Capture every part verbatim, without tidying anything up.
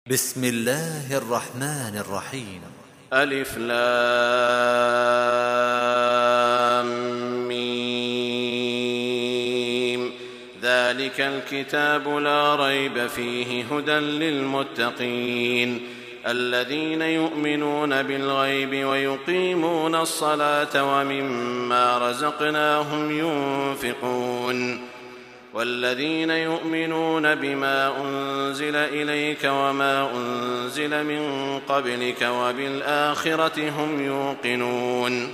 بسم الله الرحمن الرحيم. ألف لام ميم. ذلك الكتاب لا ريب فيه هدى للمتقين الذين يؤمنون بالغيب ويقيمون الصلاة ومما رزقناهم ينفقون والذين يؤمنون بما أنزل إليك وما أنزل من قبلك وبالآخرة هم يوقنون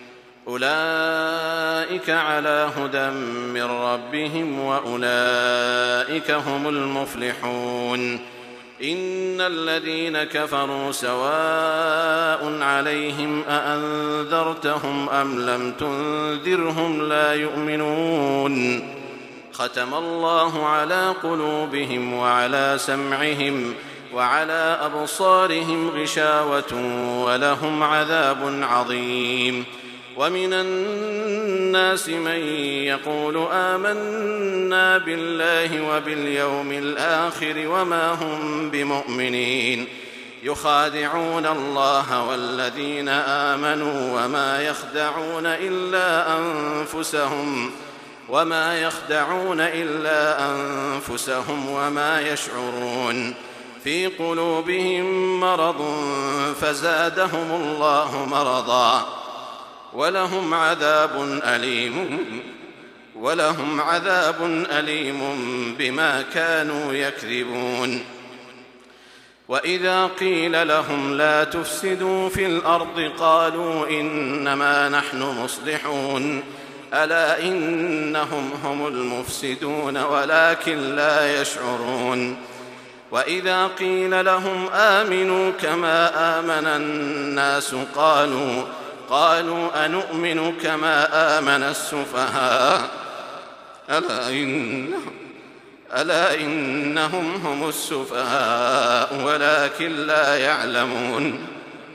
أولئك على هدى من ربهم وأولئك هم المفلحون إن الذين كفروا سواء عليهم أأنذرتهم أم لم تنذرهم لا يؤمنون ختم الله على قلوبهم وعلى سمعهم وعلى أبصارهم غشاوة ولهم عذاب عظيم ومن الناس من يقول آمنا بالله وباليوم الآخر وما هم بمؤمنين يخادعون الله والذين آمنوا وما يخدعون إلا أنفسهم وما يخدعون إلا أنفسهم وما يشعرون في قلوبهم مرض فزادهم الله مرضا ولهم عذاب أليم ولهم عذاب أليم بما كانوا يكذبون وإذا قيل لهم لا تفسدوا في الأرض قالوا إنما نحن مصلحون ألا إنهم هم المفسدون ولكن لا يشعرون وإذا قيل لهم آمنوا كما آمن الناس قالوا قالوا أنؤمن كما آمن السفهاء ألا إنهم, ألا إنهم هم السفهاء ولكن لا يعلمون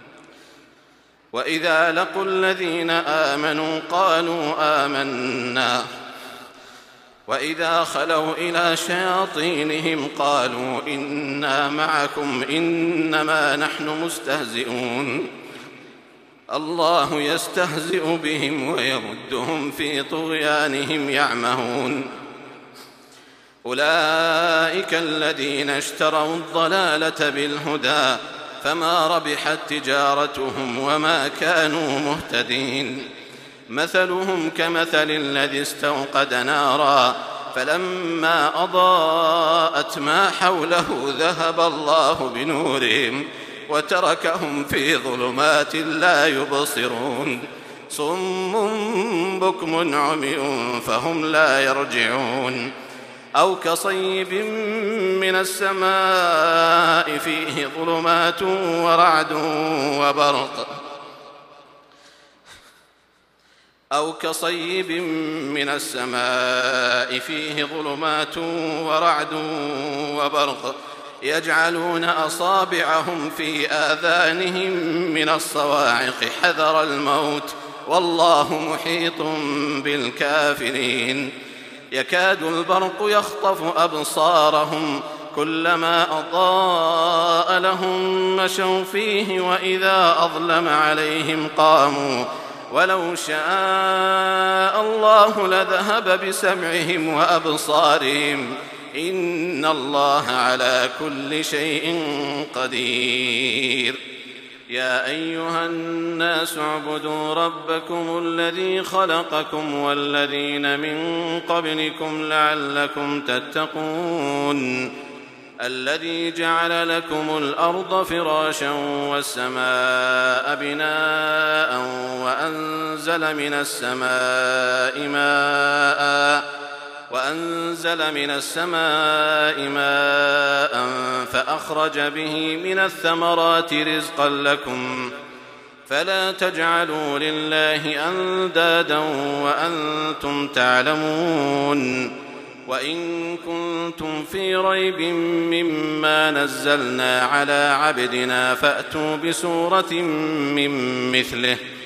وإذا لقوا الذين آمنوا قالوا آمنا وإذا خلوا إلى شياطينهم قالوا إنا معكم إنما نحن مستهزئون الله يستهزئ بهم ويمدهم في طغيانهم يعمهون أولئك الذين اشتروا الضلالة بالهدى فما ربحت تجارتهم وما كانوا مهتدين مثلهم كمثل الذي استوقد نارا فلما أضاءت ما حوله ذهب الله بنورهم وتركهم في ظلمات لا يبصرون صم بكم عمي فهم لا يرجعون أو كصيب من السماء فيه ظلمات ورعد وبرق أو كصيب من السماء فيه ظلمات ورعد وبرق يجعلون أصابعهم في آذانهم من الصواعق حذر الموت والله محيط بالكافرين يكاد البرق يخطف أبصارهم كلما أضاء لهم مشوا فيه وإذا أظلم عليهم قاموا ولو شاء الله لذهب بسمعهم وأبصارهم إن الله على كل شيء قدير يا أيها الناس اعبدوا ربكم الذي خلقكم والذين من قبلكم لعلكم تتقون الذي جعل لكم الأرض فراشا والسماء بناء وأنزل من السماء ماء وأنزل من السماء ماء فأخرج به من الثمرات رزقا لكم فلا تجعلوا لله أندادا وأنتم تعلمون وإن كنتم في ريب مما نزلنا على عبدنا فأتوا بسورة من مثله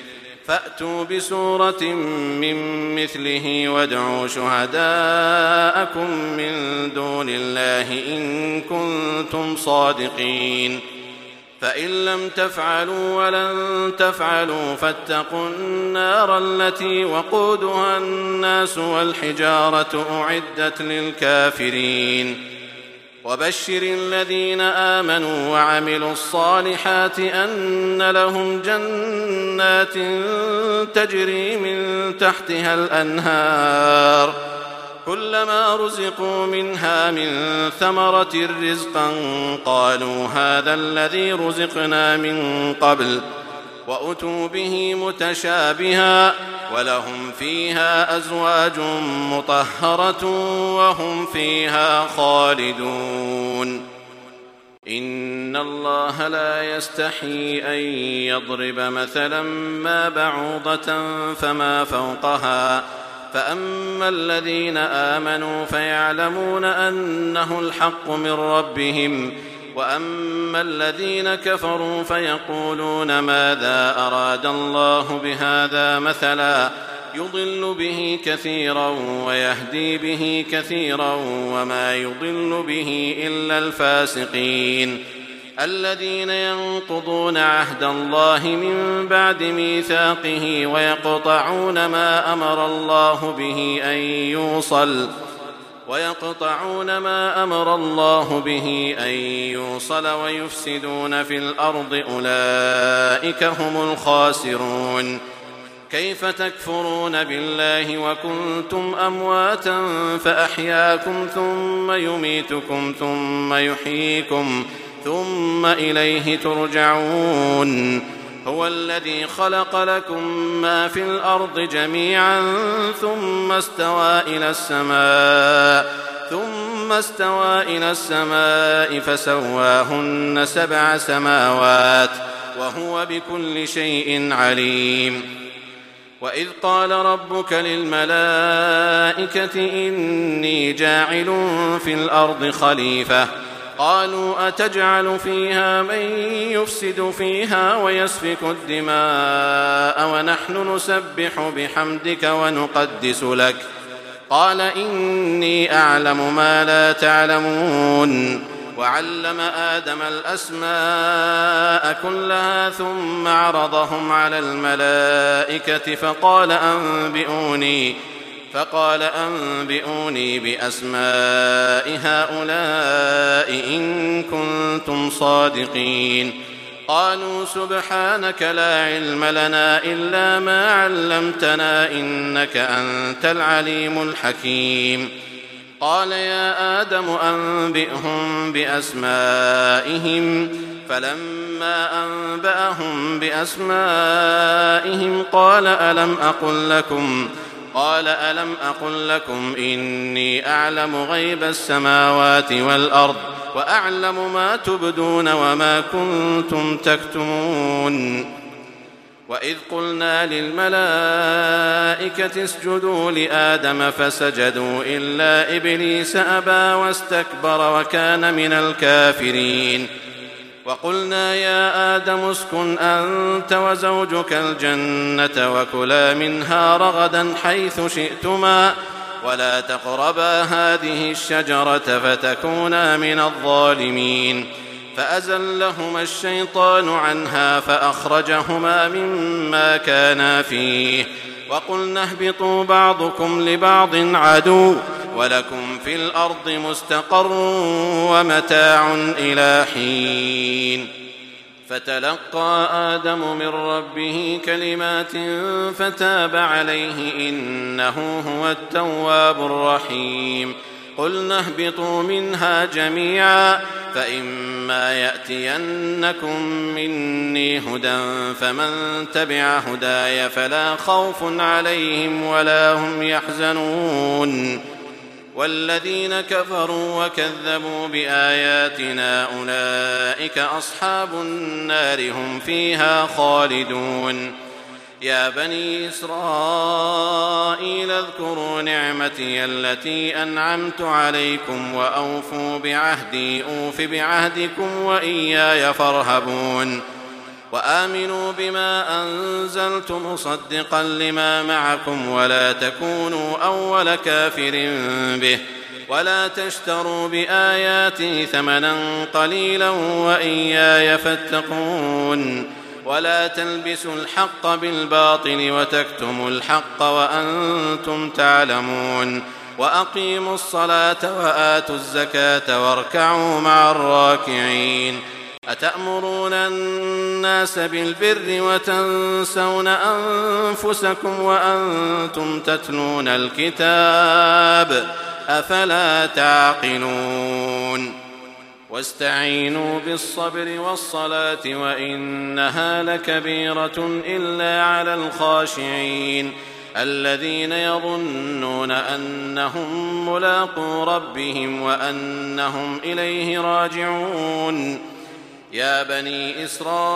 فأتوا بسورة من مثله وادعوا شهداءكم من دون الله إن كنتم صادقين فإن لم تفعلوا ولن تفعلوا فاتقوا النار التي وقودها الناس والحجارة أعدت للكافرين وبشر الذين آمنوا وعملوا الصالحات أن لهم جنات تجري من تحتها الأنهار كلما رزقوا منها من ثمرة رزقا قالوا هذا الذي رزقنا من قبل وأتوا به متشابها ولهم فيها أزواج مطهرة وهم فيها خالدون إن الله لا يستحيي أن يضرب مثلا ما بعوضة فما فوقها فأما الذين آمنوا فيعلمون أنه الحق من ربهم وأما الذين كفروا فيقولون ماذا أراد الله بهذا مثلا يضل به كثيرا ويهدي به كثيرا وما يضل به إلا الفاسقين الذين ينقضون عهد الله من بعد ميثاقه ويقطعون ما أمر الله به أن يوصل ويقطعون ما أمر الله به أن يوصل ويفسدون في الأرض أولئك هم الخاسرون كيف تكفرون بالله وكنتم أمواتا فأحياكم ثم يميتكم ثم يحييكم ثم إليه ترجعون هو الذي خلق لكم ما في الأرض جميعا ثم استوى إلى السماء ثم استوى إلى السماء فسواهن سبع سماوات وهو بكل شيء عليم وإذ قال ربك للملائكة إني جاعل في الأرض خليفة قالوا أتجعل فيها من يفسد فيها ويسفك الدماء ونحن نسبح بحمدك ونقدس لك قال إني أعلم ما لا تعلمون وعلم آدم الأسماء كلها ثم عرضهم على الملائكة فقال أنبئوني فقال أنبئوني بأسماء هؤلاء إن كنتم صادقين قالوا سبحانك لا علم لنا إلا ما علمتنا إنك أنت العليم الحكيم قال يا آدم أنبئهم بأسمائهم فلما أنبأهم بأسمائهم قال ألم أقل لكم قال ألم أقل لكم إني أعلم غيب السماوات والأرض وأعلم ما تبدون وما كنتم تكتمون وإذ قلنا للملائكة اسجدوا لآدم فسجدوا إلا إبليس أبى واستكبر وكان من الكافرين وقلنا يا آدم اسكن أنت وزوجك الجنة وكلا منها رغدا حيث شئتما ولا تقربا هذه الشجرة فتكونا من الظالمين فأزلهما الشيطان عنها فأخرجهما مما كانا فيه وقلنا اهبطوا بعضكم لبعض عدو ولكم في الأرض مستقر ومتاع إلى حين فتلقى آدم من ربه كلمات فتاب عليه إنه هو التواب الرحيم قلنا اهبطوا منها جميعا فإما يأتينكم مني هدى فمن تبع هداي فلا خوف عليهم ولا هم يحزنون والذين كفروا وكذبوا بآياتنا أولئك أصحاب النار هم فيها خالدون يا بني إسرائيل اذكروا نعمتي التي أنعمت عليكم وأوفوا بعهدي أوف بعهدكم وإياي فارهبون وآمنوا بما أنزلت مصدقا لما معكم ولا تكونوا أول كافر به ولا تشتروا بآياتي ثمنا قليلا وإياي فاتقون ولا تلبسوا الحق بالباطل وتكتموا الحق وأنتم تعلمون وأقيموا الصلاة وآتوا الزكاة واركعوا مع الراكعين أتأمرون الناس بالبر وتنسون أنفسكم وأنتم تتلون الكتاب أفلا تعقلون واستعينوا بالصبر والصلاة وإنها لكبيرة إلا على الخاشعين الذين يظنون أنهم ملاقو ربهم وأنهم إليه راجعون يا بني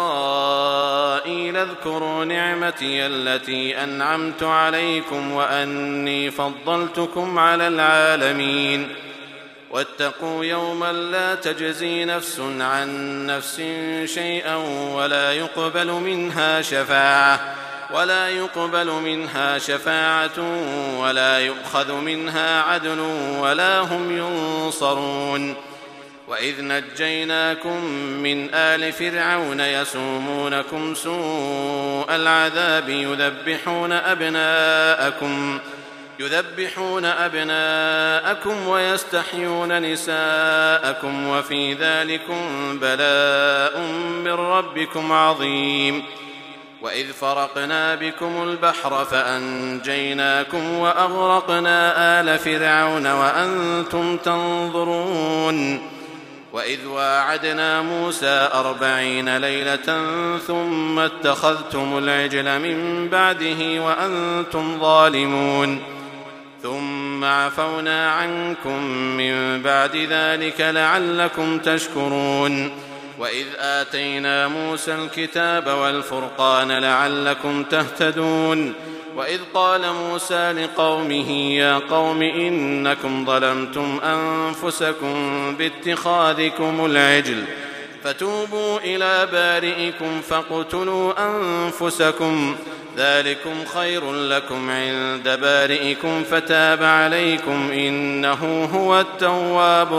إسرائيل اذكروا نعمتي التي أنعمت عليكم وأني فضلتكم على العالمين واتقوا يوما لا تجزي نفس عن نفس شيئا ولا يقبل منها شفاعة ولا يقبل منها شفاعة ولا يؤخذ منها عدل ولا هم ينصرون وإذ نجيناكم من آل فرعون يسومونكم سوء العذاب يذبحون أبناءكم يذبحون أبناءكم ويستحيون نساءكم وفي ذلكم بلاء من ربكم عظيم وإذ فرقنا بكم البحر فأنجيناكم وأغرقنا آل فرعون وأنتم تنظرون وإذ واعدنا موسى أربعين ليلة ثم اتخذتم العجل من بعده وأنتم ظالمون ثم عفونا عنكم من بعد ذلك لعلكم تشكرون وإذ آتينا موسى الكتاب والفرقان لعلكم تهتدون وإذ قال موسى لقومه يا قوم إنكم ظلمتم أنفسكم باتخاذكم العجل فتوبوا إلى بارئكم فاقتلوا أنفسكم ذلكم خير لكم عند بارئكم فتاب عليكم إنه هو التواب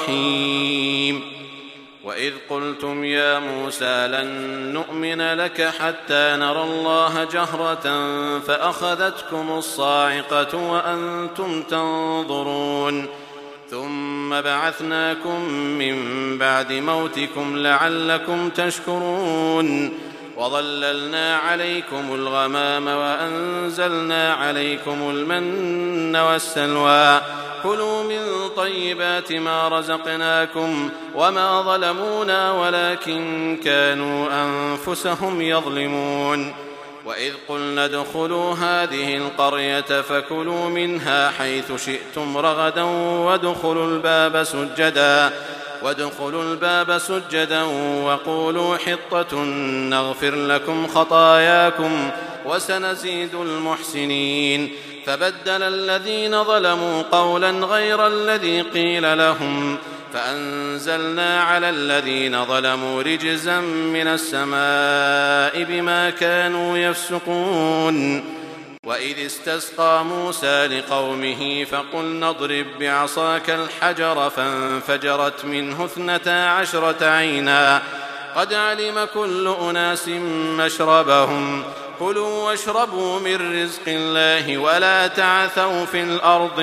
الرحيم وإذ قلتم يا موسى لن نؤمن لك حتى نرى الله جهرة فأخذتكم الصاعقة وأنتم تنظرون ثم بعثناكم من بعد موتكم لعلكم تشكرون وظللنا عليكم الغمام وأنزلنا عليكم المن والسلوى كلوا من طيبات ما رزقناكم وما ظلمونا ولكن كانوا أنفسهم يظلمون وإذ قلنا ادخلوا هذه القرية فكلوا منها حيث شئتم رغدا وادخلوا الباب سجدا وادخلوا الباب سجدا وقولوا حطة نغفر لكم خطاياكم وسنزيد المحسنين فبدل الذين ظلموا قولا غير الذي قيل لهم فأنزلنا على الذين ظلموا رجزا من السماء بما كانوا يفسقون وإذ استسقى موسى لقومه فقلنا اضرب بعصاك الحجر فانفجرت منه اثنتا عشرة عينا قد علم كل أناس مشربهم كلوا واشربوا من رزق الله ولا تعثوا في الأرض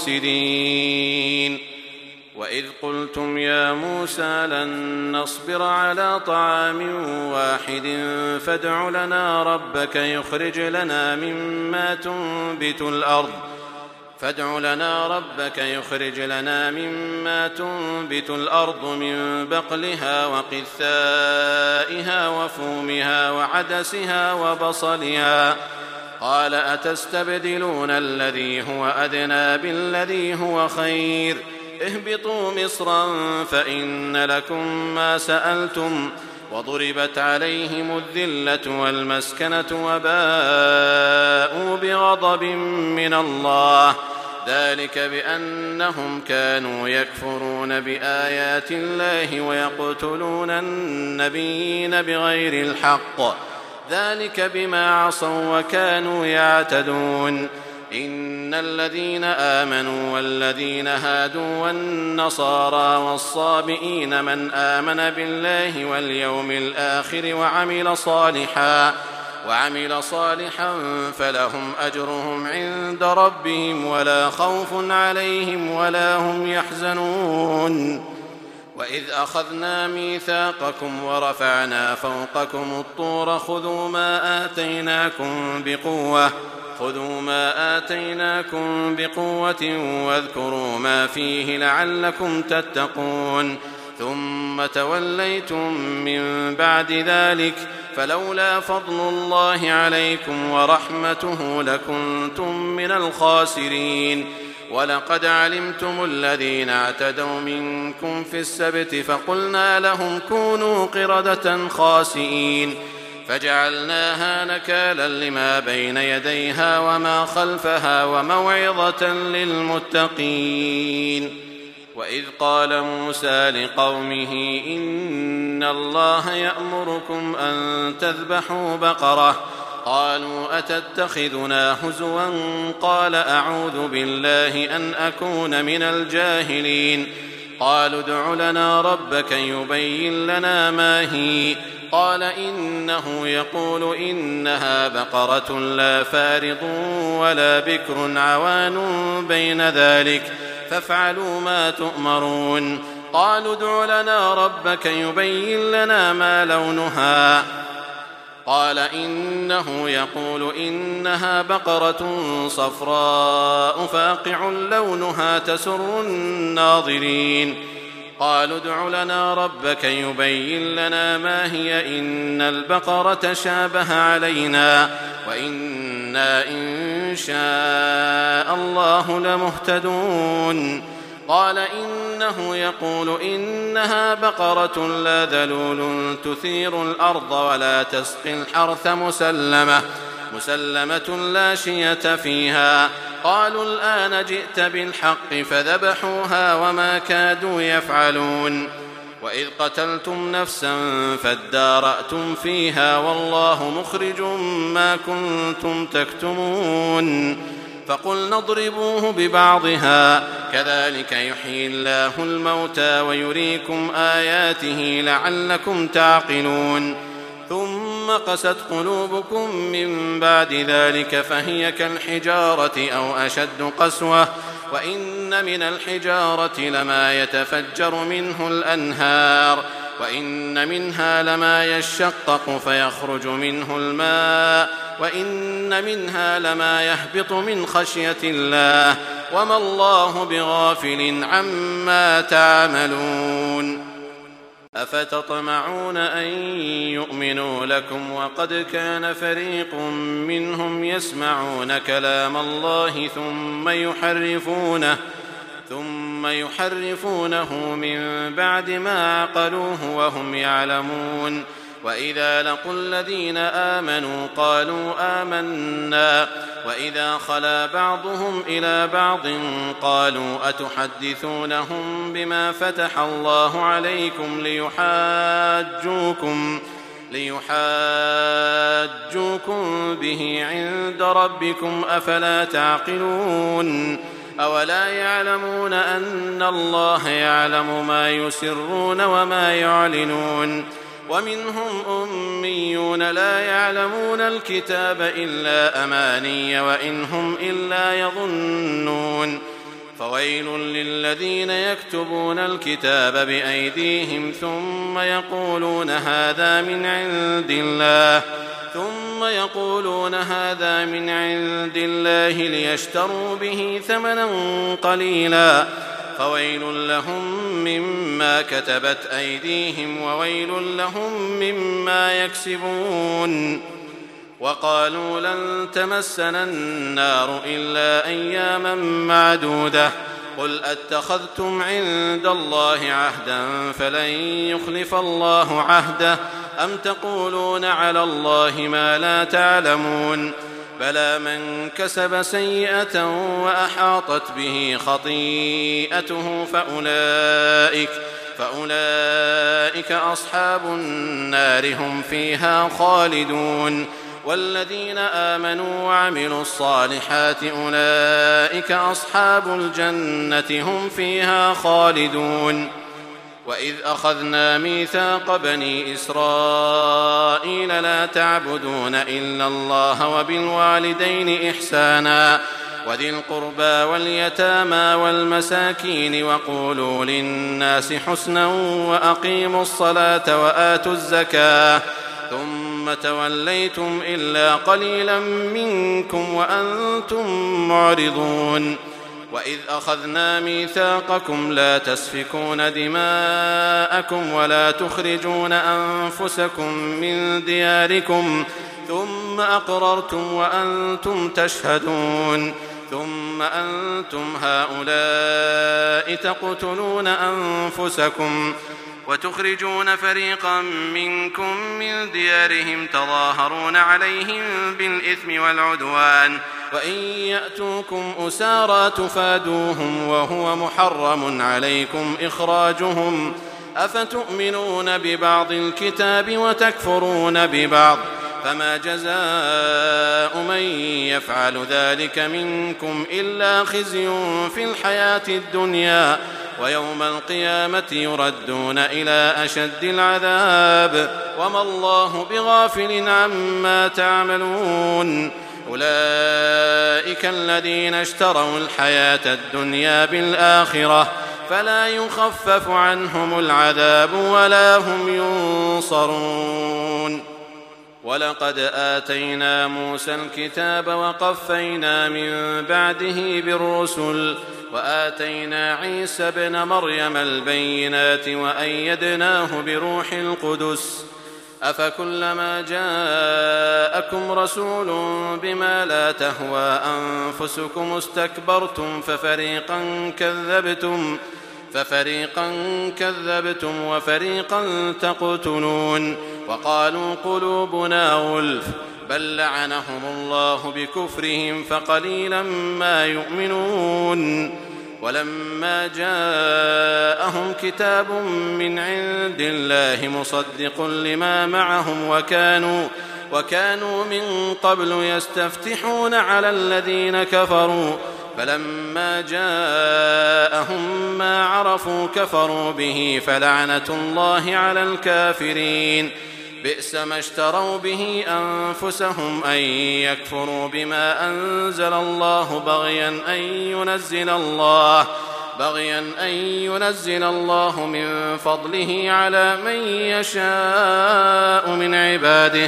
مفسدين وإذ قلتم يا موسى لن نصبر على طعام واحد فادع لنا ربك يخرج لنا مما تنبت الأرض فادع لنا ربك يخرج لنا مما تنبت الأرض من بقلها وقثائها وفومها وعدسها وبصلها قال أتستبدلون الذي هو أدنى بالذي هو خير اهبطوا مصرا فإن لكم ما سألتم وضربت عليهم الذلة والمسكنة وباءوا بغضب من الله ذلك بأنهم كانوا يكفرون بآيات الله ويقتلون النبيين بغير الحق ذلك بما عصوا وكانوا يعتدون إن الذين آمنوا والذين هادوا والنصارى والصابئين من آمن بالله واليوم الآخر وعمل صالحا وعمل صالحا فلهم أجرهم عند ربهم ولا خوف عليهم ولا هم يحزنون وإذ أخذنا ميثاقكم ورفعنا فوقكم الطور خذوا ما آتيناكم بقوة خذوا ما آتيناكم بقوة واذكروا ما فيه لعلكم تتقون ثم توليتم من بعد ذلك فلولا فضل الله عليكم ورحمته لكنتم من الخاسرين ولقد علمتم الذين اعتدوا منكم في السبت فقلنا لهم كونوا قردة خاسئين فجعلناها نكالا لما بين يديها وما خلفها وموعظة للمتقين وإذ قال موسى لقومه إن الله يأمركم أن تذبحوا بقرة قالوا أتتخذنا هزوا قال أعوذ بالله أن أكون من الجاهلين قالوا ادع لنا ربك يبين لنا ما هي قال إنه يقول إنها بقرة لا فارض ولا بكر عوان بين ذلك فافعلوا ما تؤمرون قالوا ادع لنا ربك يبين لنا ما لونها قال إنه يقول إنها بقرة صفراء فاقع لونها تسر الناظرين قالوا ادع لنا ربك يبين لنا ما هي إن البقرة شابه علينا وإنا إن شاء الله لمهتدون قال إنه يقول إنها بقرة لا ذلول تثير الأرض ولا تسقي الحرث مسلمة مسلمة لا شية فيها قالوا الآن جئت بالحق فذبحوها وما كادوا يفعلون وإذ قتلتم نفسا فادارأتم فيها والله مخرج ما كنتم تكتمون فقلنا اضربوه ببعضها كذلك يحيي الله الموتى ويريكم آياته لعلكم تعقلون ثم قست قلوبكم من بعد ذلك فهي كالحجارة أو أشد قسوة وإن من الحجارة لما يتفجر منه الأنهار وإن منها لما يشقق فيخرج منه الماء وإن منها لما يهبط من خشية الله وما الله بغافل عما تعملون أفتطمعون أن يؤمنوا لكم وقد كان فريق منهم يسمعون كلام الله ثم يحرفونه ثم يحرفونه من بعد ما عقلوه وهم يعلمون وإذا لقوا الذين آمنوا قالوا آمنا وإذا خلا بعضهم إلى بعض قالوا أتحدثونهم بما فتح الله عليكم ليحاجوكم ليحاجوكم به عند ربكم أفلا تعقلون أولا يعلمون أن الله يعلم ما يسرون وما يعلنون ومنهم أميون لا يعلمون الكتاب إلا أماني وإن هم إلا يظنون فويل للذين يكتبون الكتاب بأيديهم ثم يقولون هذا من عند الله ثم يقولون هذا من عند الله ليشتروا به ثمنا قليلا فويل لهم مما كتبت أيديهم وويل لهم مما يكسبون وقالوا لن تمسنا النار إلا أياما معدودة قل أتخذتم عند الله عهدا فلن يخلف الله عهده أم تقولون على الله ما لا تعلمون بلى من كسب سيئة وأحاطت به خطيئته فأولئك, فأولئك أصحاب النار هم فيها خالدون. والذين آمنوا وعملوا الصالحات أولئك أصحاب الجنة هم فيها خالدون. وإذ أخذنا ميثاق بني إسرائيل لا تعبدون إلا الله وبالوالدين إحسانا وذي القربى واليتامى والمساكين وقولوا للناس حسنا وأقيموا الصلاة وآتوا الزكاة ثم توليتم إلا قليلا منكم وأنتم معرضون. وإذ أخذنا ميثاقكم لا تسفكون دماءكم ولا تخرجون أنفسكم من دياركم ثم أقررتم وأنتم تشهدون ثم أنتم هؤلاء تقتلون أنفسكم وتخرجون فريقا منكم من ديارهم تظاهرون عليهم بالإثم والعدوان وإن يأتوكم أسارى تفادوهم وهو محرم عليكم إخراجهم أفتؤمنون ببعض الكتاب وتكفرون ببعض فما جزاء من يفعل ذلك منكم إلا خزي في الحياة الدنيا ويوم القيامة يردون إلى أشد العذاب وما الله بغافل عما تعملون. أولئك الذين اشتروا الحياة الدنيا بالآخرة فلا يخفف عنهم العذاب ولا هم ينصرون. ولقد آتينا موسى الكتاب وقفينا من بعده بالرسل وآتينا عيسى ابن مريم البينات وأيدناه بروح القدس أفكلما جاءكم رسول بما لا تهوى أنفسكم استكبرتم ففريقا كذبتم ففريقا كذبتم وفريقا تقتلون وقالوا قلوبنا غلف بل لعنهم الله بكفرهم فقليلا ما يؤمنون. ولما جاءهم كتاب من عند الله مصدق لما معهم وكانوا, وكانوا من قبل يستفتحون على الذين كفروا فلما جاءهم ما عرفوا كفروا به فلعنة الله على الكافرين. بئس ما اشتروا به أنفسهم أن يكفروا بما أنزل الله بغيا أن ينزل الله بغيا أن ينزل الله من فضله على من يشاء من عباده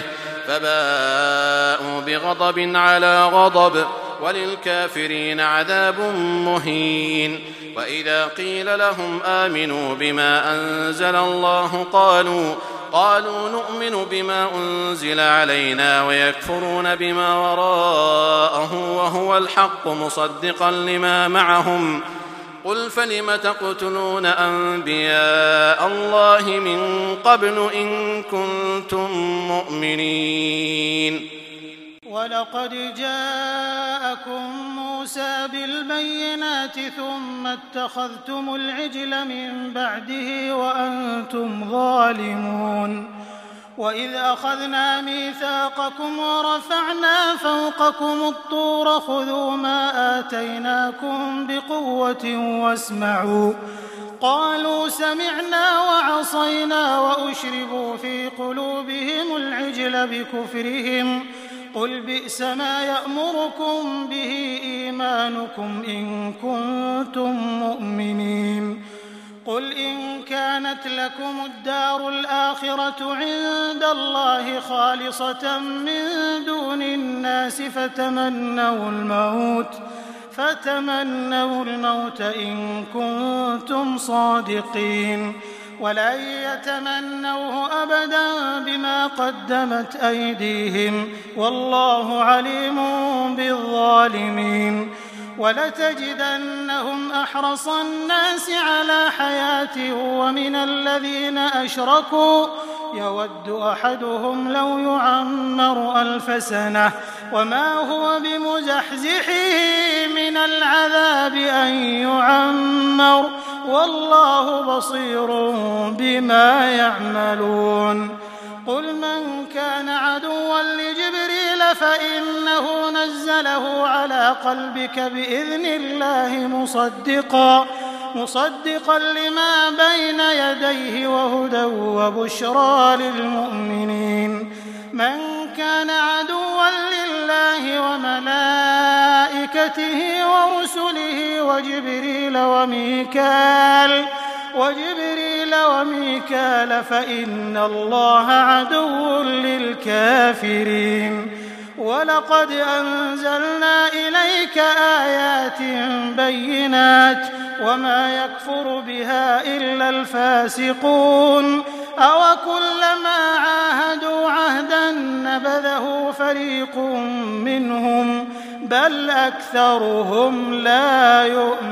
فباءوا بغضب على غضب وللكافرين عذاب مهين. وإذا قيل لهم آمنوا بما أنزل الله قالوا قالوا نؤمن بما أنزل علينا ويكفرون بما وراءه وهو الحق مصدقا لما معهم قل فلم تقتلون أنبياء الله من قبل إن كنتم مؤمنين. ولقد جاءكم موسى بالبينات ثم اتخذتم العجل من بعده وأنتم ظالمون. وإذ أخذنا ميثاقكم ورفعنا فوقكم الطور خذوا ما آتيناكم بقوة واسمعوا قالوا سمعنا وعصينا وأشربوا في قلوبهم العجل بكفرهم قل بئس ما يأمركم به إيمانكم إن كنتم مؤمنين. قل إن كانت لكم الدار الآخرة عند الله خالصة من دون الناس فتمنوا الموت فتمنوا الموت إن كنتم صادقين ولن يتمنوه أبدا بما قدمت أيديهم والله عليم بالظالمين. ولتجدنهم أحرص الناس على حياة ومن الذين أشركوا يود أحدهم لو يعمر ألف سنة وما هو بمزحزحه من العذاب أن يعمر والله بصير بما يعملون. قل من كان عدوا لجبريل فإنه نزله على قلبك بإذن الله مصدقا مصدقا لما بين يديه وهدى وبشرى للمؤمنين. من كان عدوا لله وملائكته ورسله وجبريل وميكال وجبريل وميكال فإن الله عدو للكافرين. ولقد أنزلنا إليك آيات بينات وما يكفر بها إلا الفاسقون. أوكلما عاهدوا عهدا نبذه فريق منهم بل أكثرهم لا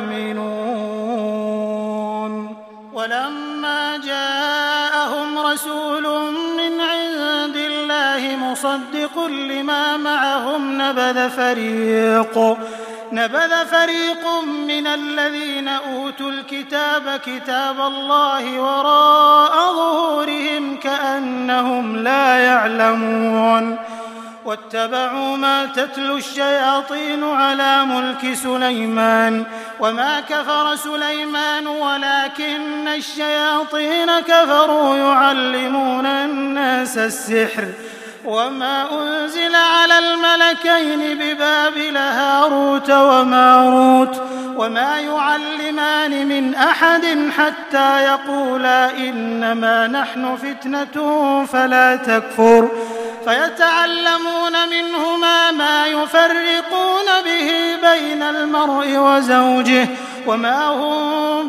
يؤمنون. ولما جاءهم رسول من عند الله مصدق لما معهم نبذ فريق نبذ فريق من الذين أوتوا الكتاب كتاب الله وراء ظهورهم كأنهم لا يعلمون. واتبعوا ما تتلو الشياطين على ملك سليمان وما كفر سليمان ولكن الشياطين كفروا يعلمون الناس السحر وما أنزل على الملكين ببابل هاروت وماروت وما يعلمان من أحد حتى يقولا إنما نحن فتنة فلا تكفر فيتعلمون منهما ما يفرقون به بين المرء وزوجه وما هم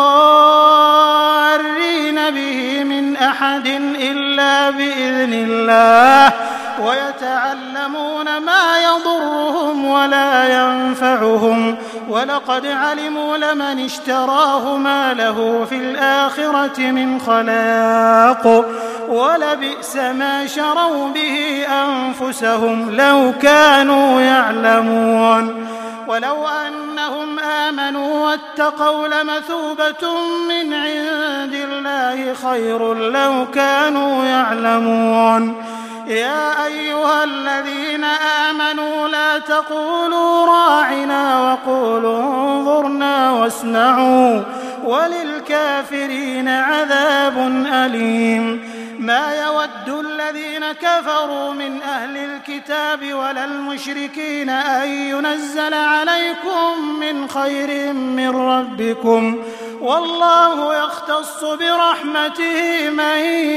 بضارين به من أحد إلا بإذن الله ويتعلمون ما يضرهم ولا ينفعهم ولقد علموا لمن اشتراه ما له في الآخرة من خلاق ولبئس ما شروا به أنفسهم لو كانوا يعلمون. ولو أنهم آمنوا واتقوا لمثوبة من عند الله خير لو كانوا يعلمون. يا أيها الذين آمنوا لا تقولوا راعنا وقولوا انظرنا واسمعوا وللكافرين عذاب أليم. ما يود الذين كفروا من أهل الكتاب ولا المشركين أن ينزل عليكم من خير من ربكم والله يختص برحمته من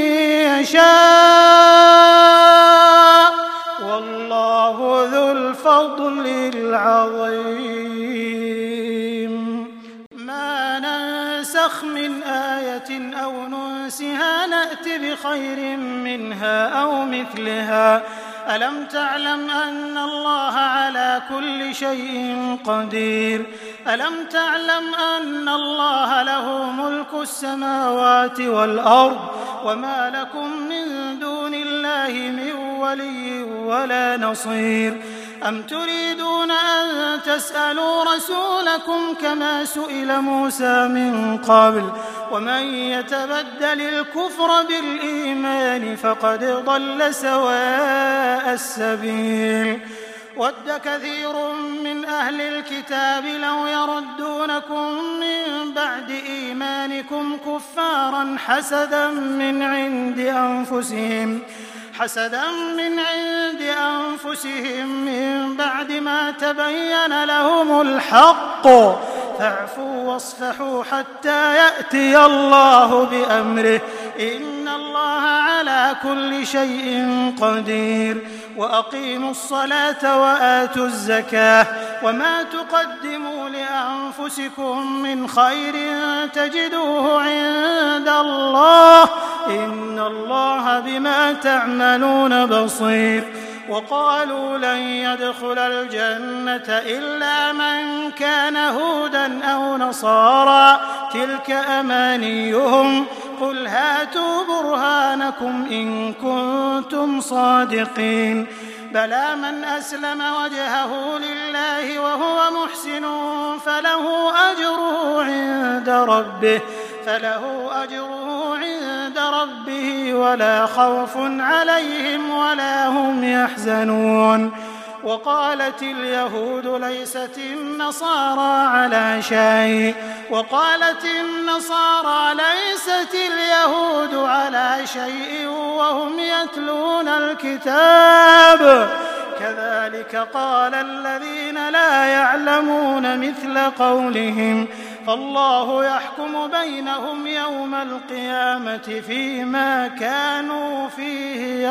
يشاء والله ذو الفضل العظيم. ما ننسخ من آية أو ننسها نأت بخير منها أو مثلها. ألم تعلم أن الله على كل شيء قدير. ألم تعلم أن الله له ملك السماوات والأرض وما لكم من دون الله من ولي ولا نصير. أم تريدون أن تسألوا رسولكم كما سئل موسى من قبل ومن يتبدل الكفر بالإيمان فقد ضل سواء السبيل. ود كثير من أهل الكتاب لو يردونكم من بعد إيمانكم كفارا حسدا من عند أنفسهم حسدا من عند أنفسهم من بعد ما تبين لهم الحق فاعفوا واصفحوا حتى يأتي الله بأمره إن الله على كل شيء قدير. وأقيموا الصلاة وآتوا الزكاة وما تقدموا لأنفسكم من خير تجدوه عند الله إن الله بما تعملون بصير. وقالوا لن يدخل الجنة إلا من كان هودا أو نصارى تلك أمانيهم قل هاتوا برهانكم إن كنتم صادقين بلى من أسلم وجهه لله وهو محسن فله أجره عند ربه فله أجره عند ربه ولا خوف عليهم ولا هم يحزنون وقالت اليهود ليست النصارى على شيء وقالت النصارى ليست اليهود على شيء وهم يتلون الكتاب كذلك قال الذين لا يعلمون مثل قولهم فالله يحكم بينهم يوم القيامة فيما كانوا فيه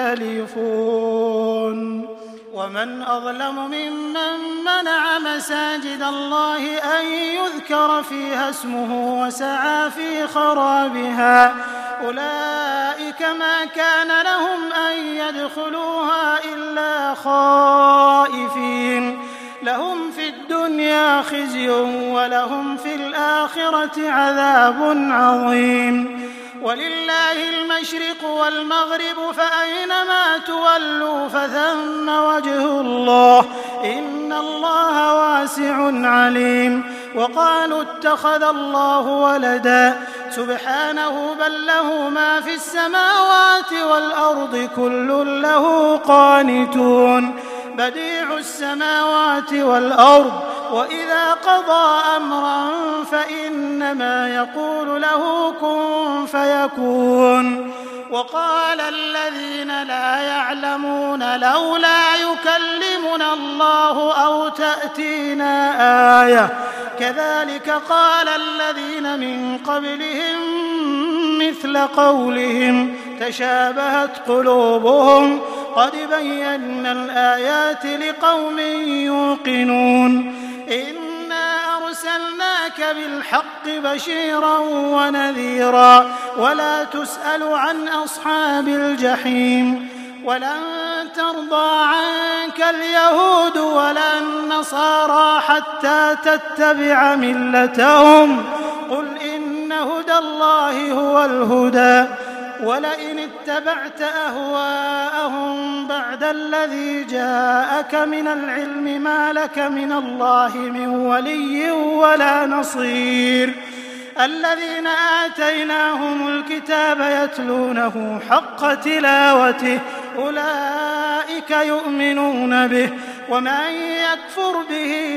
يختلفون ومن أظلم ممن منع مساجد الله أن يذكر فيها اسمه وسعى في خرابها أولئك ما كان لهم أن يدخلوها إلا خائفين لهم في الدنيا خزي ولهم في الآخرة عذاب عظيم ولله المشرق والمغرب فأينما تولوا فثم وجه الله إن الله واسع عليم وقالوا اتخذ الله ولدا سبحانه بل له ما في السماوات والأرض كل له قانتون بديع السماوات والأرض وإذا قضى أمرا فإنما يقول له كن فيكون وقال الذين لا يعلمون لولا يكلمنا الله أو تأتينا آية كذلك قال الذين من قبلهم مثل قولهم تشابهت قلوبهم قد بينا الآيات لقوم يوقنون إنا أرسلناك بالحق بشيرا ونذيرا ولا تسأل عن أصحاب الجحيم ولن ترضى عنك اليهود ولا النصارى حتى تتبع ملتهم قل إن هدى الله هو الهدى ولئن اتبعت أهواءهم بعد الذي جاءك من العلم ما لك من الله من ولي ولا نصير الذين آتيناهم الكتاب يتلونه حق تلاوته أولئك يؤمنون به ومن يكفر به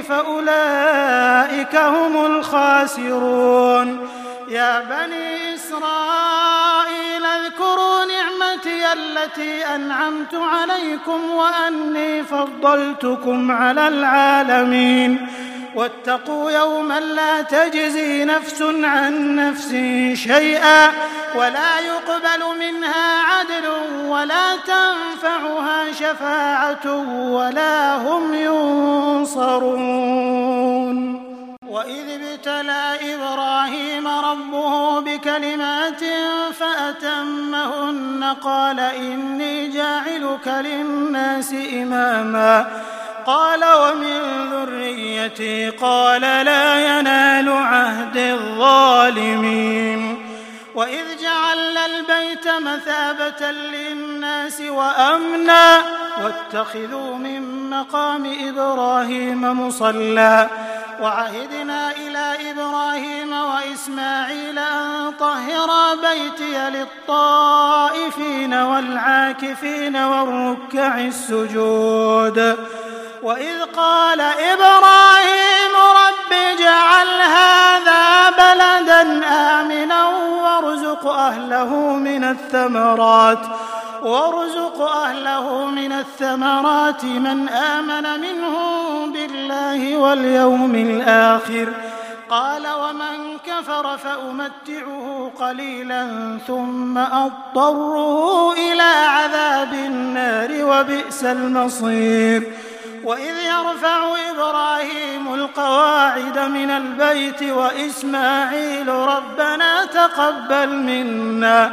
فأولئك هم الخاسرون يا بني إسرائيل اذكروا نعمتي التي أنعمت عليكم وأني فضلتكم على العالمين واتقوا يوما لا تجزي نفس عن نفس شيئا ولا يقبل منها عدل ولا تنفعها شفاعة ولا هم ينصرون وإذ ابتلى إبراهيم ربه بكلمات فأتمهن قال إني جاعلك للناس إماما قال ومن ذريتي قال لا ينال عهد الظالمين وإذ جعلنا البيت مثابة للناس وأمنا واتخذوا من مقام إبراهيم مصلى وعهدنا إلى إبراهيم وإسماعيل أن طهرا بيتي للطائفين والعاكفين والركع السجود وإذ قال إبراهيم رب اجعل هذا بلدا آمنا وارزق أهله من الثمرات وارزق أهله من الثمرات من آمن منهم بالله واليوم الآخر قال ومن كفر فأمتعه قليلا ثم أضطره إلى عذاب النار وبئس المصير وإذ يرفع إبراهيم القواعد من البيت وإسماعيل ربنا تقبل منا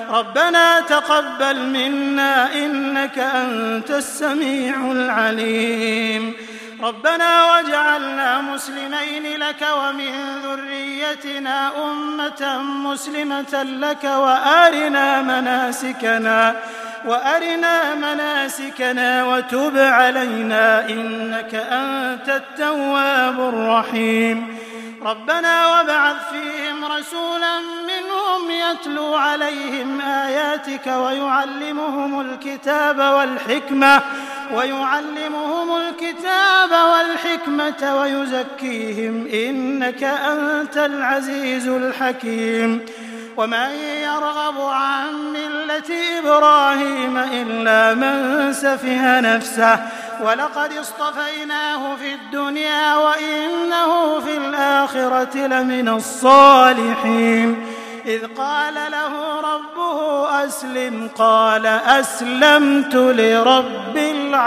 ربنا تقبل منا إنك أنت السميع العليم ربنا واجعلنا مسلمين لك ومن ذريتنا أمة مسلمة لك وأرنا مناسكنا وأرنا مناسكنا وتب علينا إنك أنت التواب الرحيم ربنا وابعث فيهم رسولا منهم يتلو عليهم آياتك ويعلمهم الكتاب والحكمة ويعلمهم الكتاب والحكمة ويزكيهم إنك أنت العزيز الحكيم ومن يرغب عن ملة إبراهيم إلا من سفه نفسه ولقد اصطفيناه في الدنيا وإنه في الآخرة لمن الصالحين إذ قال له ربه أسلم قال أسلمت لرب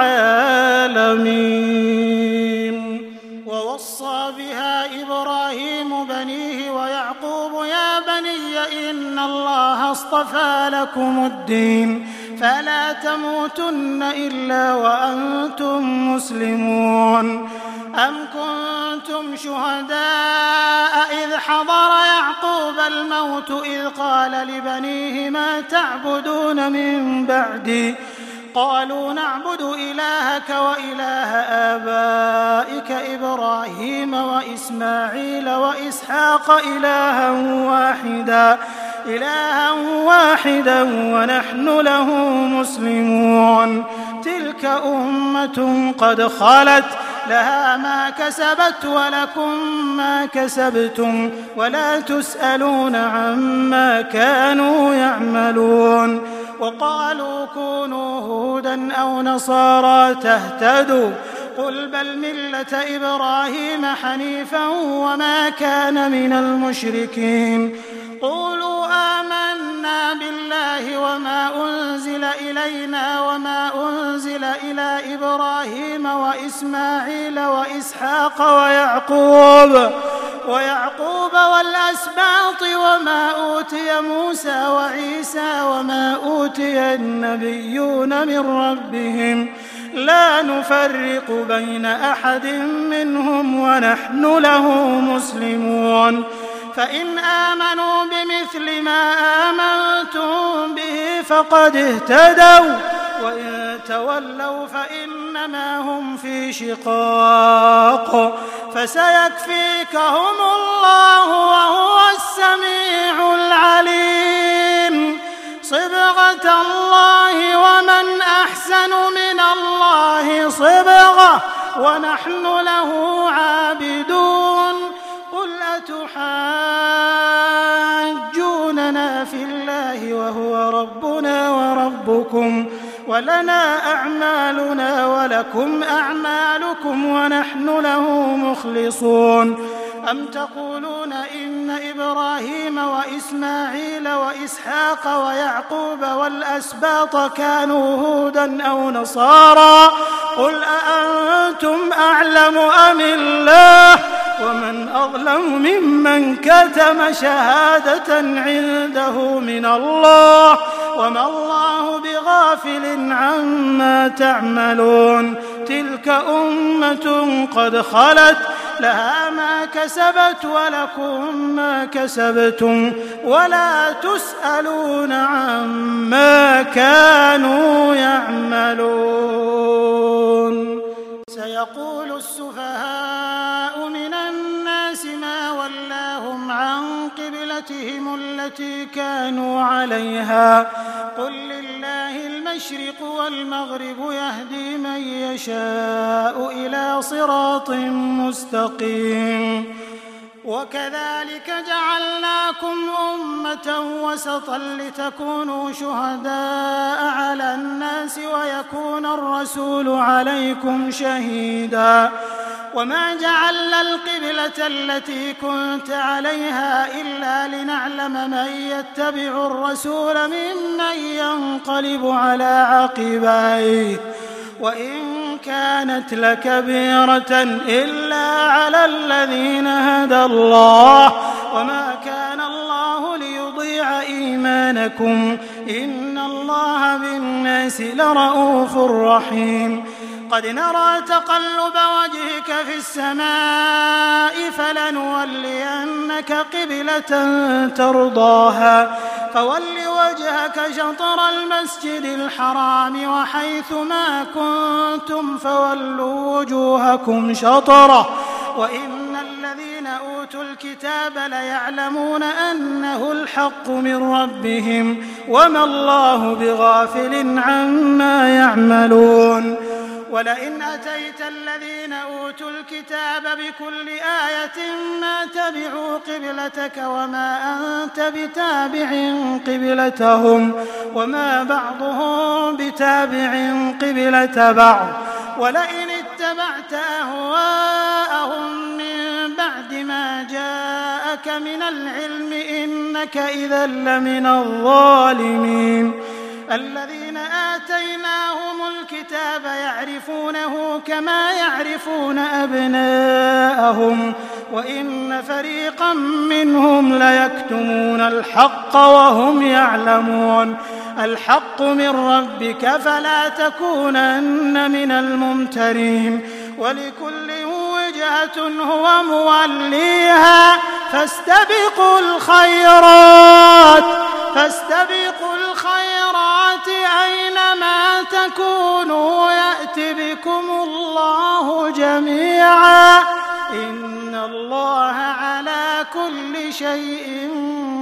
العالمين ووصى بها إبراهيم بنيه ويعقوب يا بني إن الله اصطفى لكم الدين فلا تموتن إلا وأنتم مسلمون أم كنتم شهداء إذ حضر يعقوب الموت إذ قال لبنيه ما تعبدون من بعدي قالوا نعبد إلهك وإله آبائك إبراهيم وإسماعيل وإسحاق إلها واحدا إلها واحدا ونحن له مسلمون تلك أمة قد خلت لها ما كسبت ولكم ما كسبتم ولا تسألون عما كانوا يعملون وقالوا كونوا هودا أو نصارى تهتدوا قل بل ملة إبراهيم حنيفا وما كان من المشركين قولوا آمنا بالله وما أنزل إلينا وما أنزل إلى إبراهيم وإسماعيل وإسحاق ويعقوب ويعقوب والأسباط وما أوتي موسى وعيسى وما أوتي النبيون من ربهم لا نفرق بين أحد منهم ونحن له مسلمون فإن آمنوا بمثل ما آمنتم به فقد اهتدوا وإن تولوا فإنما هم في شقاق فسيكفيكهم الله وهو السميع العليم صبغة الله ومن أحسن من الله صبغة ونحن له عابدون قل أتحاجوننا في الله وهو ربنا وربكم ولنا أعمالنا ولكم أعمالكم ونحن له مخلصون أم تقولون إن إبراهيم وإسماعيل وإسحاق ويعقوب والأسباط كانوا هودا أو نصارى قل أأنتم أعلم أم الله ومن أظلم ممن كتم شهادة عنده من الله وما الله بغافل عما تعملون تلك أمة قد خلت لها ما كسبت ولكم ما كسبتم ولا تسألون عما كانوا يعملون سيقول السفهاء من الناس ما ولاهم عن قبلتهم التي كانوا عليها قل لله المشرق والمغرب يهدي من يشاء إلى صراط مستقيم وكذلك جعلناكم أمة وسطا لتكونوا شهداء على الناس ويكون الرسول عليكم شهيدا وما جعلنا القبلة التي كنت عليها إلا لنعلم من يتبع الرسول ممن ينقلب على عقبيه وإن كانت لكبيرة إلا على الذين هدى الله وما كان الله ليضيع إيمانهم بينكم إن الله بالناس لرءوف رحيم قد نرى تقلب وجهك في السماء فلنولينك قبلة ترضاها فول وجهك شطر المسجد الحرام وحيث ما كنتم فولوا وجوهكم شطره وإن الذين أوتوا الكتاب ليعلمون أنه الحق من ربهم وما الله بغافل عما يعملون ولئن أتيت الذين أوتوا الكتاب بكل آية ما تبعوا قبلتك وما أنت بتابع قبلتهم وما بعضهم بتابع قبلة بعض ولئن اتبعت أهواءهم من بعد ما جاءك من العلم إنك إذا لمن الظالمين الذين آتيناهم الكتاب يعرفونه كما يعرفون أبناءهم وإن فريقا منهم ليكتمون الحق وهم يعلمون الحق من ربك فلا تكونن من الممترين ولكل وجهة هو موليها فاستبقوا الخيرات فاستبقوا الخيرات أينما تكونوا يأت بكم الله جميعا إن الله على كل شيء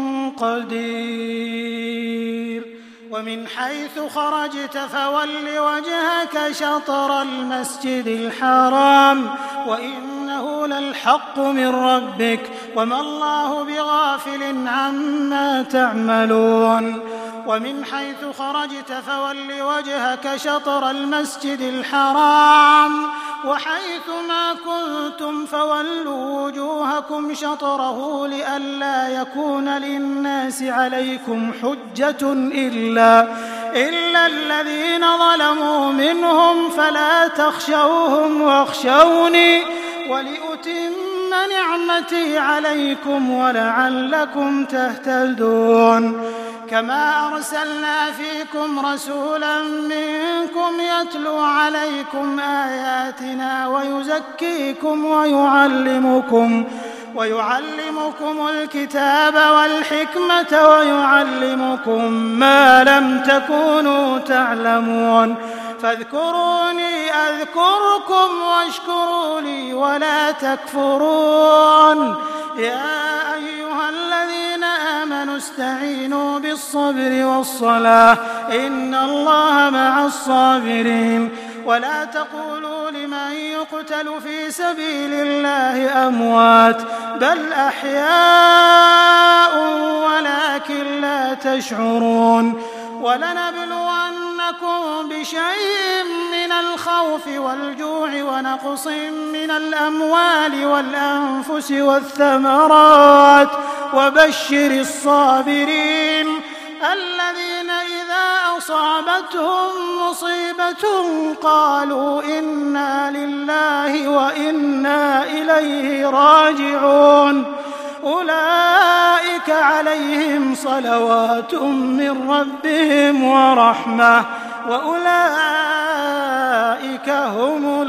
قدير ومن حيث خرجت فول وجهك شطر المسجد الحرام وإنه للحق من ربك وما الله بغافل عما تعملون ومن حيث خرجت فول وجهك شطر المسجد الحرام وحيث ما كنتم فولوا وجوهكم شطره لئلا يكون للناس عليكم حجة إلا, إلا الذين ظلموا منهم فلا تخشوهم واخشوني ولأتم نعمتي عليكم ولعلكم تهتدون كما أرسلنا فيكم رسولا منكم يتلو عليكم آياتنا ويزكيكم ويعلمكم ويعلمكم الكتاب والحكمة ويعلمكم ما لم تكونوا تعلمون فاذكروني أذكركم واشكروا لي ولا تكفرون يا أيها الذين آمنوا استعينوا بالصبر والصلاة إن الله مع الصابرين ولا تقولوا لمن يقتل في سبيل الله أموات بل أحياء ولكن لا تشعرون ولنبلونكم بشيء من الخوف والجوع ونقص من الأموال والأنفس والثمرات وبشر الصابرين الذين إذا أصابتهم مصيبة قالوا إنا لله وإنا إليه راجعون أولئك عليهم صلوات من ربهم ورحمة وأولئك هم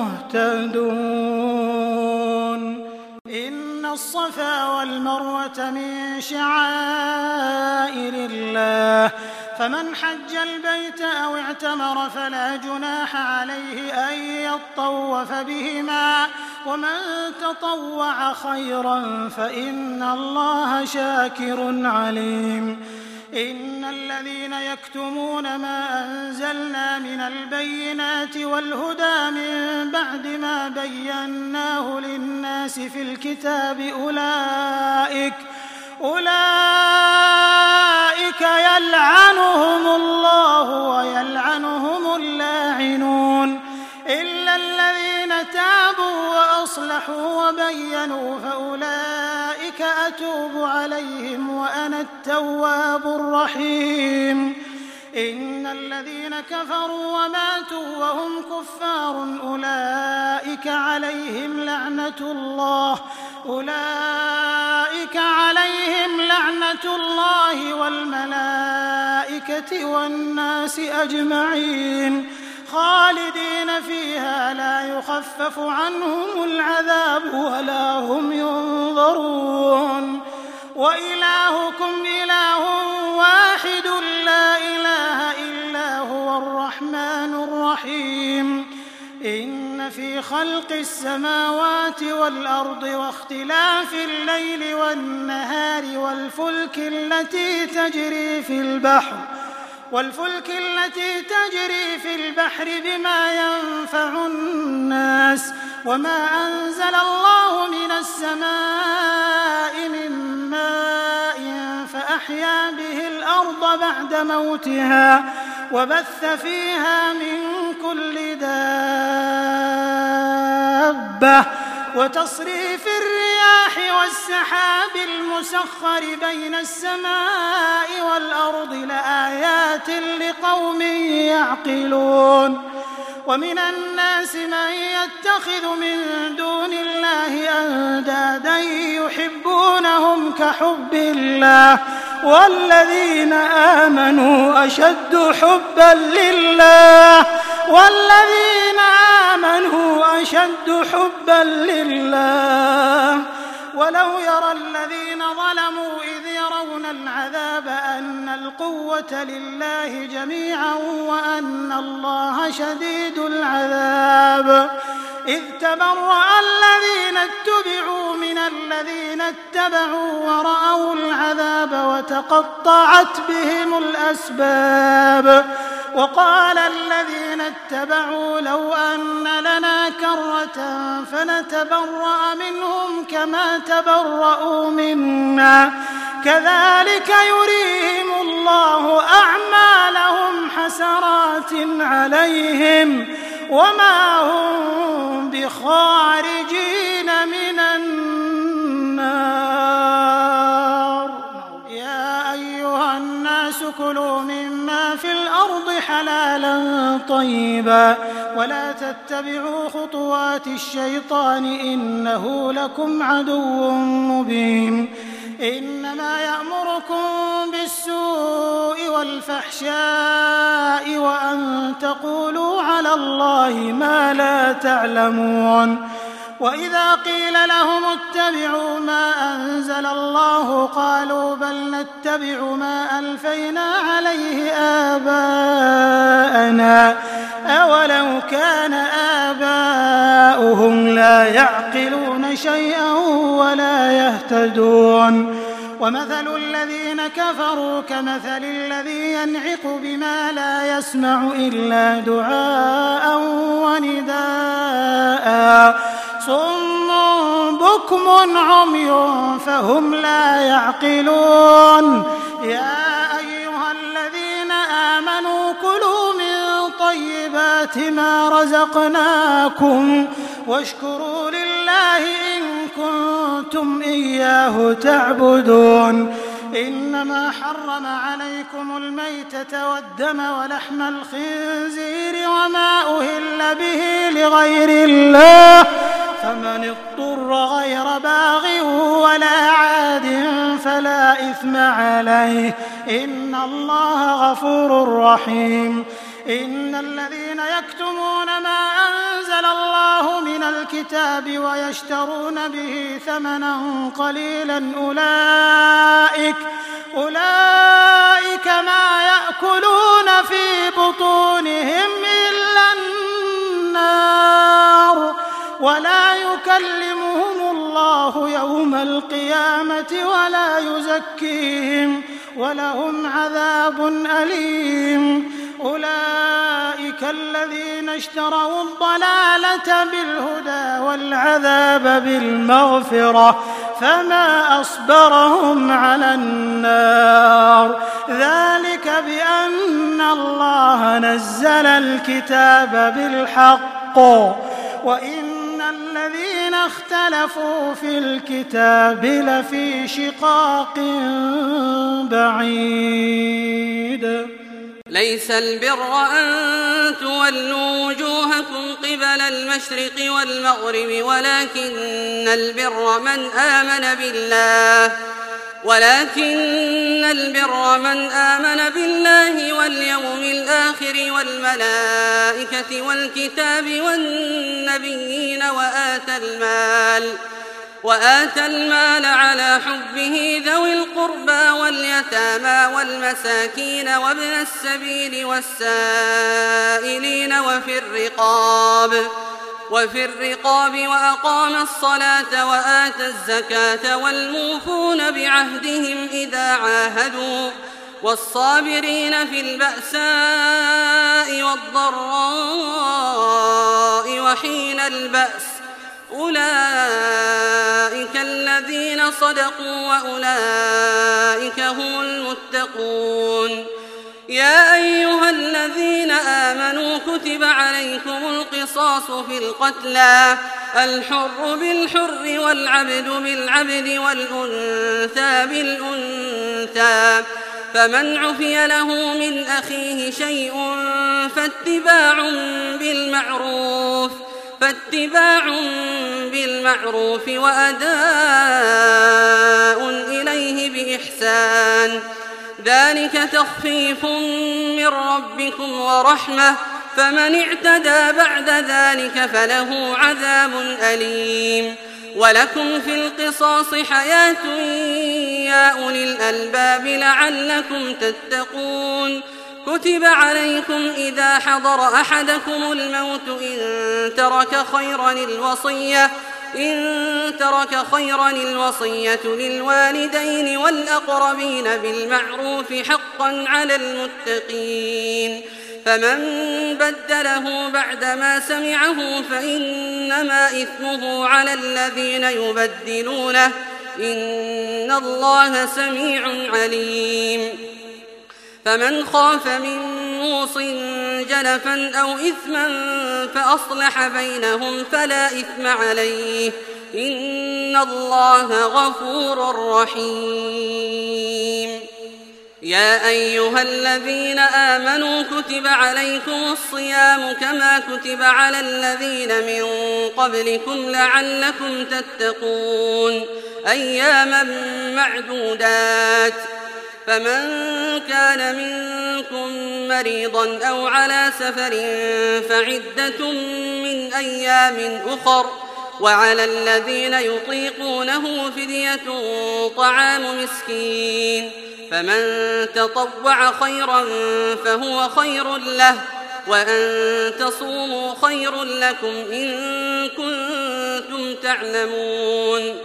المهتدون إن الصفا والمروة من شعائر الله فمن حج البيت أو اعتمر فلا جناح عليه أن يطوف بهما ومن تطوع خيرا فإن الله شاكر عليم إن الذين يكتمون ما أنزلنا من البينات والهدى من بعد ما بيناه للناس في الكتاب أولئك أولئك يلعنهم الله ويلعنهم اللاعنون إلا الذين تابوا وأصلحوا وبينوا فأولئك أتوب عليهم وأنا التواب الرحيم إن الذين كفروا وماتوا وهم كفار أولئك عليهم لعنة الله أولئك عليهم لعنة الله والملائكة والناس أجمعين خالدين فيها لا يخفف عنهم العذاب ولا هم ينظرون وإلهكم إله واحد لا إله إلا هو الرحمن الرحيم إن في خلق السماوات والأرض واختلاف الليل والنهار والفلك التي تجري في البحر والفلك التي تجري في البحر بما ينفع الناس وما أنزل الله من السماء من ماء فأحيا به الأرض بعد موتها وبث فيها من كل دابة وتصريف الرياح والسحاب المسخر بين السماء والأرض لآيات لقوم يعقلون ومن الناس من يتخذ من دون الله أندادا يحبونهم كحب الله والذين آمنوا أشد حبا لله والذين آمنوا أشد حبا لله ولو يرى الذين ظلموا إذ يرون العذاب أن القوة لله جميعا وأن الله شديد العذاب إذ تبرأ الذين اتبعوا من الذين اتبعوا ورأوا العذاب وتقطعت بهم الأسباب وقال الذين اتبعوا لو أن لنا كرة فنتبرأ منهم كما تبرأوا منا كذلك يريهم الله أعمالهم حسرات عليهم وما هم بخارجين من النار يا أيها الناس كلوا مما في الأرض حلالا طيبا ولا تتبعوا خطوات الشيطان إنه لكم عدو مبين إنما يأمركم بالسوء والفحشاء وأن تقولوا على الله ما لا تعلمون وإذا قيل لهم اتبعوا ما أنزل الله قالوا بل نتبع ما ألفينا عليه آباءنا أولو كان آباؤهم لا يعقلون شيئا ولا يهتدون ومثل الذين كفروا كمثل الذي ينعق بما لا يسمع إلا دعاء ونداء صم بكم عمي فهم لا يعقلون يا أيها الذين آمنوا كلوا من طيبات ما رزقناكم واشكروا لله إن كنتم إياه تعبدون إنما حرم عليكم الميتة والدم ولحم الخنزير وما أهل به لغير الله فمن اضطر غير باغ ولا عاد فلا إثم عليه إن الله غفور رحيم إن الذين يكتمون ما أنزل الله من الكتاب ويشترون به ثمنا قليلا أولئك أولئك ما يأكلون في بطونهم إلا النار ولا يكلمهم الله يوم القيامة ولا يزكيهم ولهم عذاب أليم أولئك الذين اشتروا الضلالة بالهدى والعذاب بالمغفرة فما أصبرهم على النار ذلك بأن الله نزل الكتاب بالحق وإن الذين اختلفوا في الكتاب لفي شقاق بعيد ليس البر أن تولوا وجوهكم قبل المشرق والمغرب ولكن البر من آمن بالله ولكن البر من آمن بالله واليوم الآخر والملائكة والكتاب والنبيين وآتى المال وآتى المال على حبه ذوي القربى واليتامى والمساكين وابن السبيل والسائلين وفي الرقاب وفي الرقاب وأقام الصلاة وآتى الزكاة والموفون بعهدهم إذا عاهدوا والصابرين في البأساء والضراء وحين البأس أولئك الذين صدقوا وأولئك هم المتقون. يا أيها الذين آمنوا كتب عليكم القصاص في القتلى الحر بالحر والعبد بالعبد والأنثى بالأنثى فمن عفي له من أخيه شيء فاتباع بالمعروف فاتباع بالمعروف وأداء إليه بإحسان ذلك تخفيف من ربكم ورحمة فمن اعتدى بعد ذلك فله عذاب أليم. ولكم في القصاص حياة يا أولي الألباب لعلكم تتقون. كتب عليكم إذا حضر أحدكم الموت إن ترك خيرا الوصية إن ترك خيرا الوصية للوالدين والأقربين بالمعروف حقا على المتقين فمن بدله بعدما سمعه فإنما إثمه على الذين يبدلونه إن الله سميع عليم. فمن خاف من موص جنفا أو إثما فأصلح بينهم فلا إثم عليه إن الله غفور رحيم. يا أيها الذين آمنوا كتب عليكم الصيام كما كتب على الذين من قبلكم لعلكم تتقون أياما معدودات فمن كان منكم مريضا أو على سفر فعدة من أيام أخر وعلى الذين يطيقونه فدية طعام مسكين فمن تطوع خيرا فهو خير له وأن تصوموا خير لكم إن كنتم تعلمون.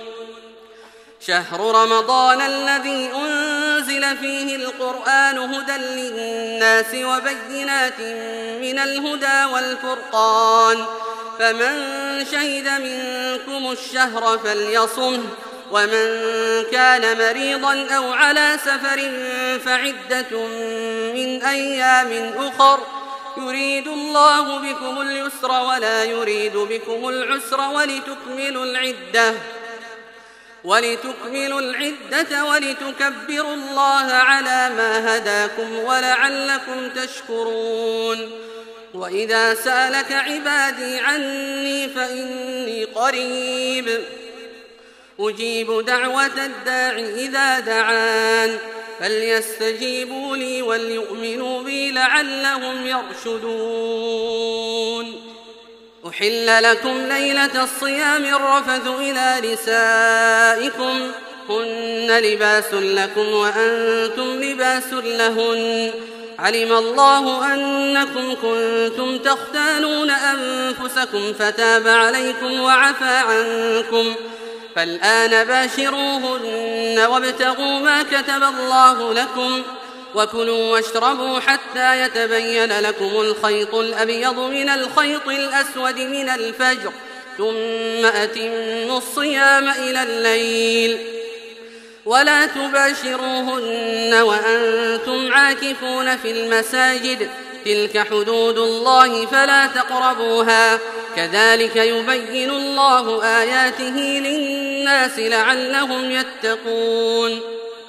شهر رمضان الذي أنزل فيه القرآن هدى للناس وبينات من الهدى والفرقان فمن شهد منكم الشهر فليصمه ومن كان مريضا أو على سفر فعدة من أيام أخر يريد الله بكم اليسر ولا يريد بكم العسر ولتكملوا العدة ولتكملوا العدة ولتكبروا الله على ما هداكم ولعلكم تشكرون. وإذا سألك عبادي عني فإني قريب أجيب دعوة الداع إذا دعان فليستجيبوا لي وليؤمنوا بي لعلهم يرشدون. أحل لكم ليلة الصيام الرفث إلى نسائكم هن لباس لكم وأنتم لباس لهن علم الله أنكم كنتم تختانون أنفسكم فتاب عليكم وعفى عنكم فالآن باشروهن وابتغوا ما كتب الله لكم وكلوا واشربوا حتى يتبين لكم الخيط الأبيض من الخيط الأسود من الفجر ثم أتموا الصيام إلى الليل ولا تباشروهن وأنتم عاكفون في المساجد تلك حدود الله فلا تقربوها كذلك يبين الله آياته للناس لعلهم يتقون.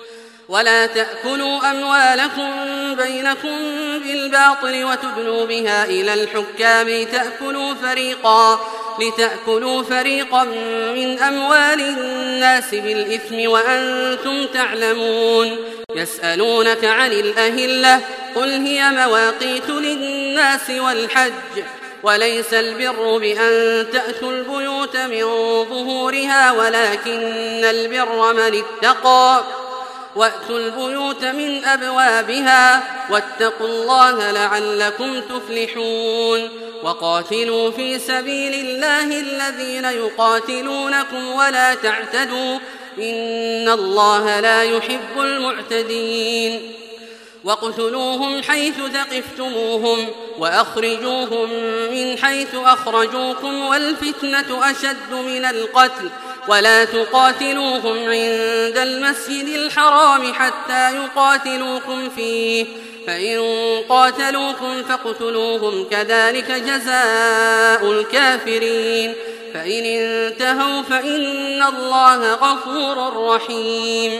ولا تأكلوا أموالكم بينكم بالباطل وتدلوا بها إلى الحكام لتأكلوا فريقا, لتأكلوا فريقا من أموال الناس بالإثم وأنتم تعلمون. يسألونك عن الأهلة قل هي مواقيت للناس والحج وليس البر بأن تأتوا البيوت من ظهورها ولكن البر من اتقى وأتوا البيوت من أبوابها واتقوا الله لعلكم تفلحون. وقاتلوا في سبيل الله الذين يقاتلونكم ولا تعتدوا إن الله لا يحب المعتدين. واقتلوهم حيث ثقفتموهم وأخرجوهم من حيث أخرجوكم والفتنة أشد من القتل ولا تقاتلوهم عند المسجد الحرام حتى يقاتلوكم فيه فإن قاتلوكم فاقتلوهم كذلك جزاء الكافرين. فإن انتهوا فإن الله غفور رحيم.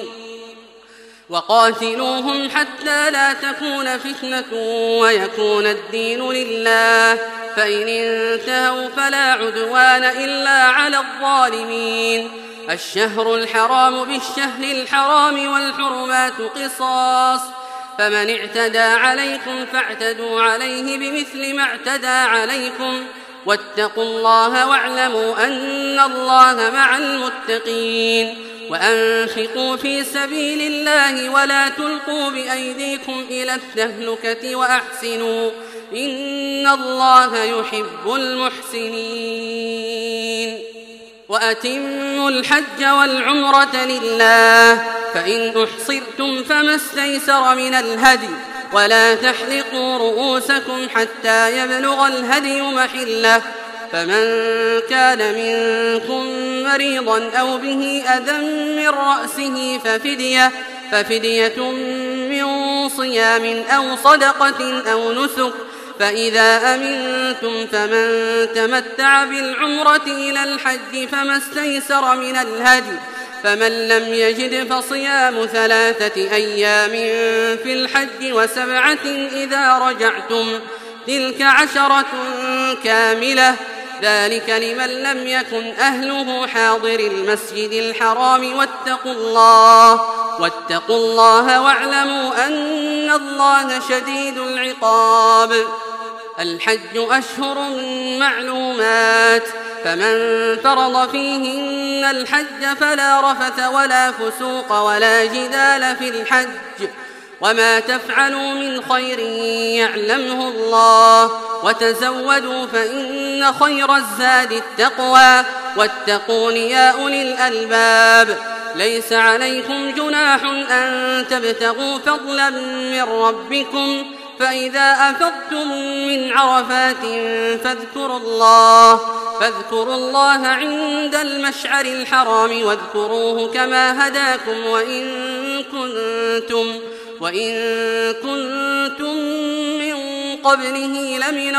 وقاتلوهم حتى لا تكون فتنة ويكون الدين لله فإن انتهوا فلا عدوان إلا على الظالمين. الشهر الحرام بالشهر الحرام والحرمات قصاص فمن اعتدى عليكم فاعتدوا عليه بمثل ما اعتدى عليكم واتقوا الله واعلموا أن الله مع المتقين. وأنفقوا في سبيل الله ولا تلقوا بأيديكم إلى التهلكة وأحسنوا إن الله يحب المحسنين. وأتموا الحج والعمرة لله فإن أحصرتم فما استيسر من الهدي ولا تحلقوا رؤوسكم حتى يبلغ الهدي محله فمن كان منكم مريضا أو به أذى من رأسه ففدية, ففدية من صيام أو صدقة أو نسك فإذا أمنتم فمن تمتع بالعمرة إلى الحج فما استيسر من الهدي فمن لم يجد فصيام ثلاثة أيام في الحج وسبعة إذا رجعتم تلك عشرة كاملة ذلك لمن لم يكن أهله حاضر المسجد الحرام واتقوا الله واتقوا الله واعلموا أن الله شديد العقاب. الحج أشهر معلومات فمن فرض فيهن الحج فلا رفث ولا فسوق ولا جدال في الحج وما تفعلوا من خير يعلمه الله وتزودوا فإن خير الزاد التقوى واتقون يا أولي الألباب. ليس عليكم جناح أن تبتغوا فضلا من ربكم فإذا أفضتم من عرفات فاذكروا الله فاذكروا الله عند المشعر الحرام واذكروه كما هداكم وإن كنتم وإن كنتم من قبله لمن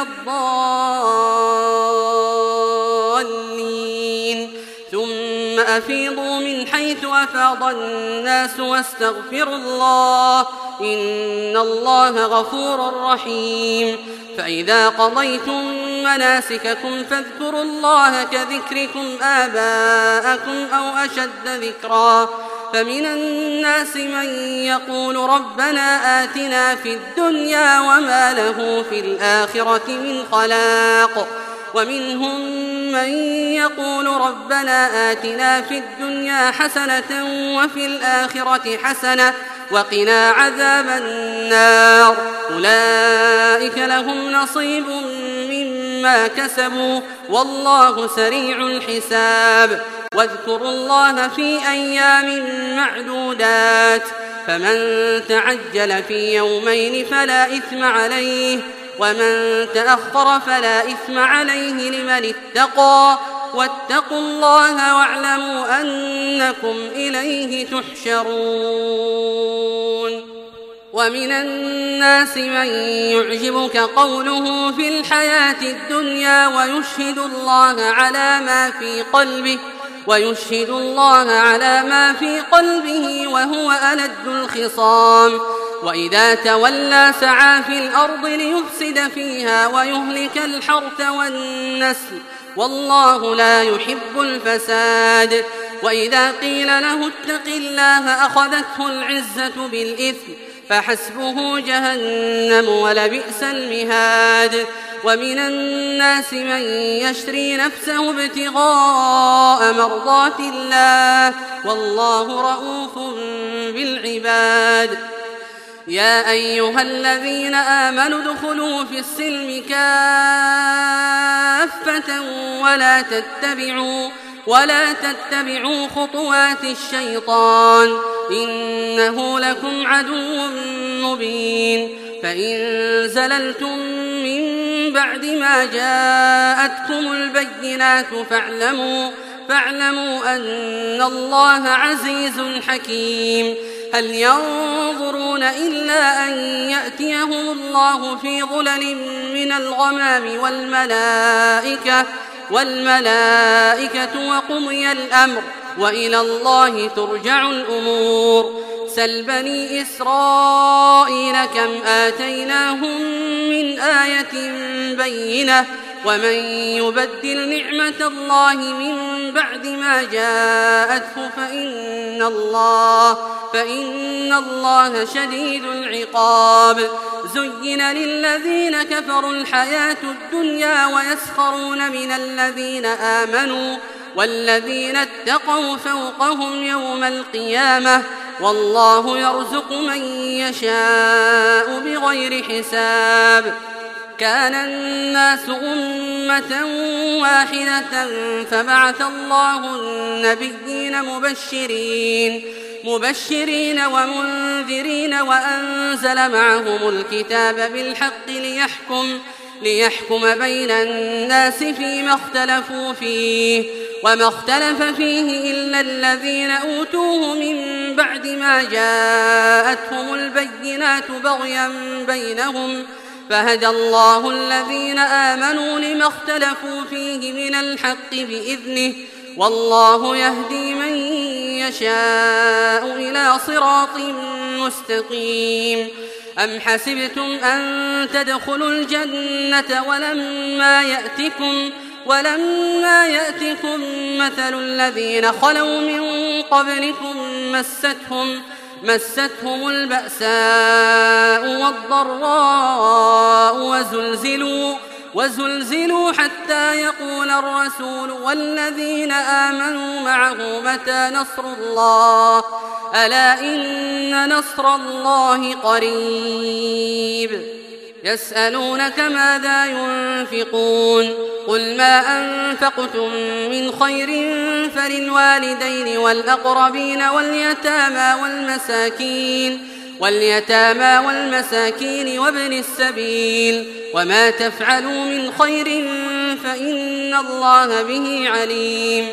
الضالين. ثم أفيضوا من حيث أفاض الناس واستغفروا الله إن الله غفور رحيم. فإذا قضيتم مناسككم فاذكروا الله كذكركم آباءكم أو أشد ذكرا فمن الناس من يقول ربنا آتنا في الدنيا وما له في الآخرة من خلاق ومنهم من يقول ربنا آتنا في الدنيا حسنة وفي الآخرة حسنة وقنا عذاب النار أولئك لهم نصيب مما كسبوا والله سريع الحساب. واذكروا الله في أيام معدودات فمن تعجل في يومين فلا إثم عليه ومن تأخر فلا إثم عليه لمن اتقى واتقوا الله واعلموا أنكم إليه تحشرون. ومن الناس من يعجبك قوله في الحياة الدنيا ويشهد الله على ما في قلبه ويشهد الله على ما في قلبه وهو ألد الخصام وإذا تولى سعى في الأرض ليفسد فيها ويهلك الحرث والنسل والله لا يحب الفساد وإذا قيل له اتق الله أخذته العزة بالإثم فحسبه جهنم ولبئس المهاد ومن الناس من يشري نفسه ابتغاء مرضات الله والله رؤوف بالعباد يا أيها الذين آمنوا ادخلوا في السلم كافة ولا تتبعوا ولا تتبعوا خطوات الشيطان إنه لكم عدو مبين فإن زللتم من بعد ما جاءتكم البينات فاعلموا فاعلموا أن الله عزيز حكيم هل ينظرون إلا أن يأتيهم الله في ظلل من الغمام والملائكة والملائكة وقضي الأمر وإلى الله ترجع الأمور سل بني إسرائيل كم آتيناهم من آية بينة ومن يبدل نعمة الله من بعد ما جاءته فإن الله فإن الله شديد العقاب زين للذين كفروا الحياة الدنيا ويسخرون من الذين آمنوا والذين اتقوا فوقهم يوم القيامة والله يرزق من يشاء بغير حساب كان الناس أمة واحدة فبعث الله النبيين مبشرين مبشرين ومنذرين وأنزل معهم الكتاب بالحق ليحكم ليحكم بين الناس فيما اختلفوا فيه وما اختلف فيه إلا الذين أوتوه من بعد ما جاءتهم البينات بغيا بينهم فهدى الله الذين آمنوا لما اختلفوا فيه من الحق بإذنه والله يهدي من يشاء إلى صراط مستقيم أم حسبتم أن تدخلوا الجنة ولما يأتكم ولما يأتكم مثل الذين خلوا من قبلكم مستهم مستهم البأساء والضراء وزلزلوا وزلزلوا حتى يقول الرسول والذين آمنوا معه متى نصر الله ألا إن نصر الله قريب يسألونك ماذا ينفقون قل ما أنفقتم من خير فللوالدين والأقربين واليتامى والمساكين واليتامى والمساكين وابن السبيل وما تفعلوا من خير فإن الله به عليم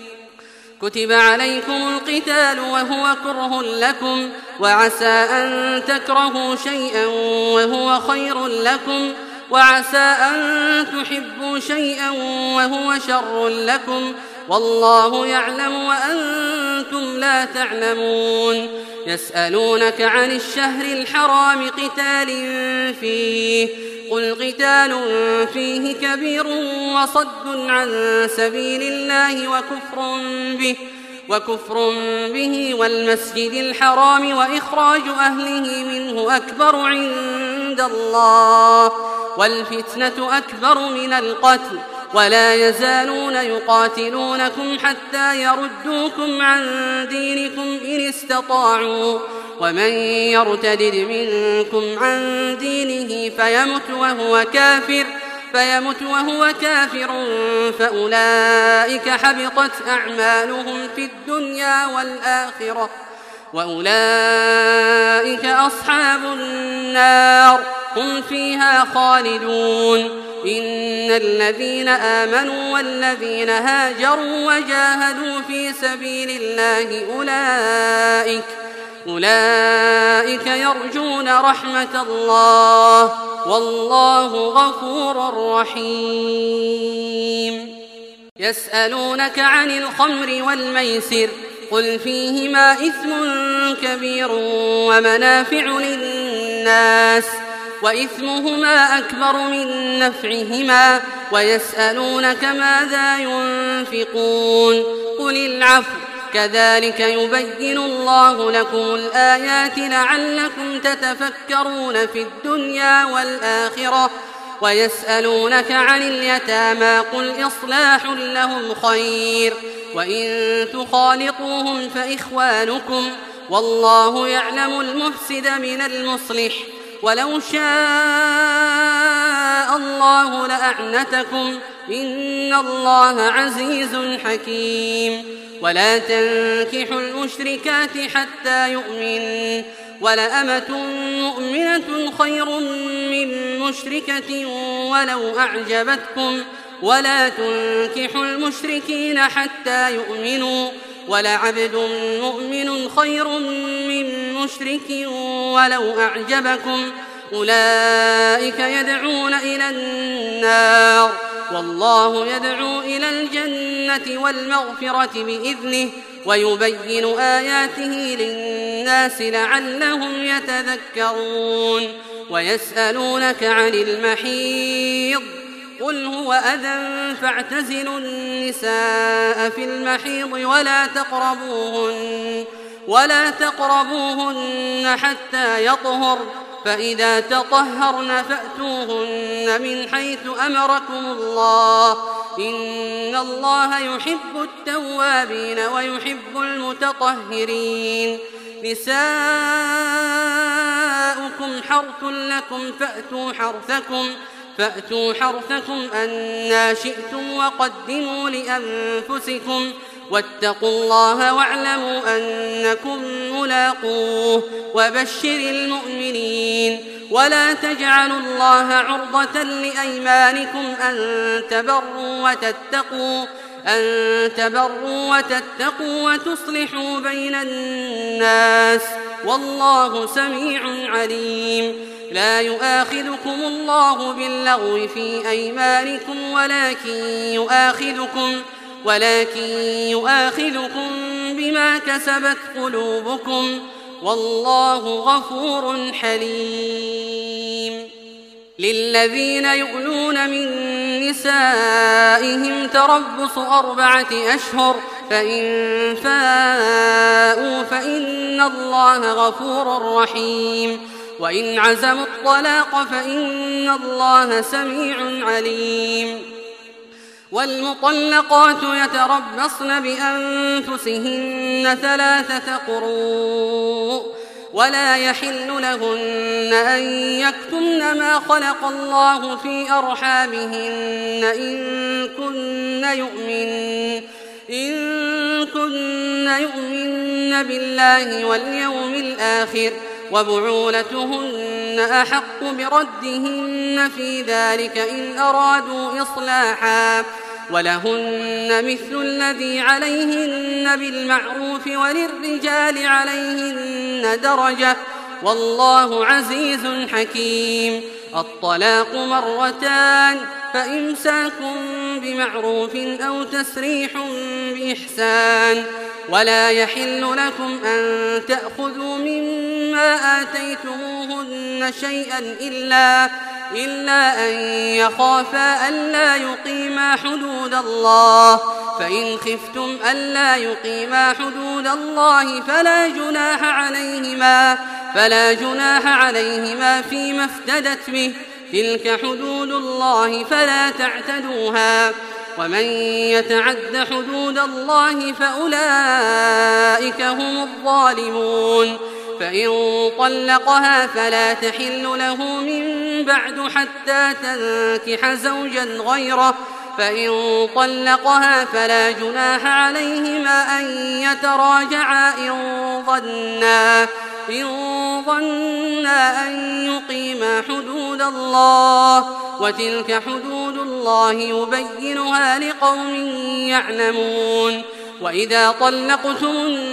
كتب عليكم القتال وهو كره لكم وعسى أن تكرهوا شيئا وهو خير لكم وعسى أن تحبوا شيئا وهو شر لكم والله يعلم وأنتم لا تعلمون يسألونك عن الشهر الحرام قتال فيه قل قتال فيه كبير وصد عن سبيل الله وكفر به وكفر به والمسجد الحرام وإخراج أهله منه أكبر عند الله والفتنة أكبر من القتل ولا يزالون يقاتلونكم حتى يردوكم عن دينكم إن استطاعوا ومن يرتدد منكم عن دينه فيمت وهو كافر فيمت وهو كافر فأولئك حبطت أعمالهم في الدنيا والآخرة وأولئك أصحاب النار هم فيها خالدون إن الذين آمنوا والذين هاجروا وجاهدوا في سبيل الله أولئك أولئك يرجون رحمة الله والله غفور رحيم يسألونك عن الخمر والميسر قل فيهما إثم كبير ومنافع للناس وإثمهما أكبر من نفعهما ويسألونك ماذا ينفقون قل العفو كذلك يبين الله لكم الآيات لعلكم تتفكرون في الدنيا والآخرة ويسألونك عن اليتامى قل إصلاح لهم خير وإن تخالطوهم فإخوانكم والله يعلم المفسد من المصلح ولو شاء الله لأعنتكم إن الله عزيز حكيم ولا تنكحوا المشركات حتى يؤمنوا ولأمة مؤمنة خير من مشركة ولو أعجبتكم ولا تنكحوا المشركين حتى يؤمنوا ولعبد مؤمن خير من مشرك ولو أعجبكم أولئك يدعون إلى النار والله يدعو إلى الجنة والمغفرة بإذنه ويبين آياته للناس لعلهم يتذكرون ويسألونك عن المحيض قل هو أذى فاعتزلوا النساء في المحيض ولا تقربوهن ولا تقربوهن حتى يطهر فإذا تطهرن فأتوهن من حيث أمركم الله إن الله يحب التوابين ويحب المتطهرين نساؤكم حرث لكم فأتوا حرثكم فأتوا حرثكم أنى شئتم وقدموا لأنفسكم واتقوا الله واعلموا أنكم ملاقوه وبشر المؤمنين ولا تجعلوا الله عرضة لأيمانكم أن تبروا وتتقوا أن تبروا وتتقوا وتصلحوا بين الناس والله سميع عليم لا يؤاخذكم الله باللغو في أيمانكم ولكن يؤاخذكم ولكن يؤاخذكم بما كسبت قلوبكم والله غفور حليم للذين يؤلون من نسائهم تربص أربعة أشهر فإن فاءوا فإن الله غفور رحيم وإن عزموا الطلاق فإن الله سميع عليم والمطلقات يتربصن بأنفسهن ثلاثة قروء ولا يحل لهن أن يكتمن ما خلق الله في أرحامهن إن كن يؤمن إن كن يؤمن بالله واليوم الآخر وبعولتهن أحق بردهن في ذلك إن أرادوا إصلاحا ولهن مثل الذي عليهن بالمعروف وللرجال عليهن درجة والله عزيز حكيم الطلاق مرتان فإمساك بمعروف أو تسريح بإحسان ولا يحل لكم أن تأخذوا مما آتيتموهن شيئا إلا إلا أن يخافا ألا يقيما حدود الله فإن خفتم ألا يقيما حدود الله فلا جناح عليهما فلا جناح عليهما فيما افتدت به تلك حدود الله فلا تعتدوها ومن يتعد حدود الله فأولئك هم الظالمون فإن طلقها فلا تحل له من بعد حتى تنكح زوجا غيره فإن طلقها فلا جناح عليهما أن يتراجعا إن ظنا إن ظنا أن يقيما حدود الله وتلك حدود الله يبينها لقوم يعلمون وإذا طلقتم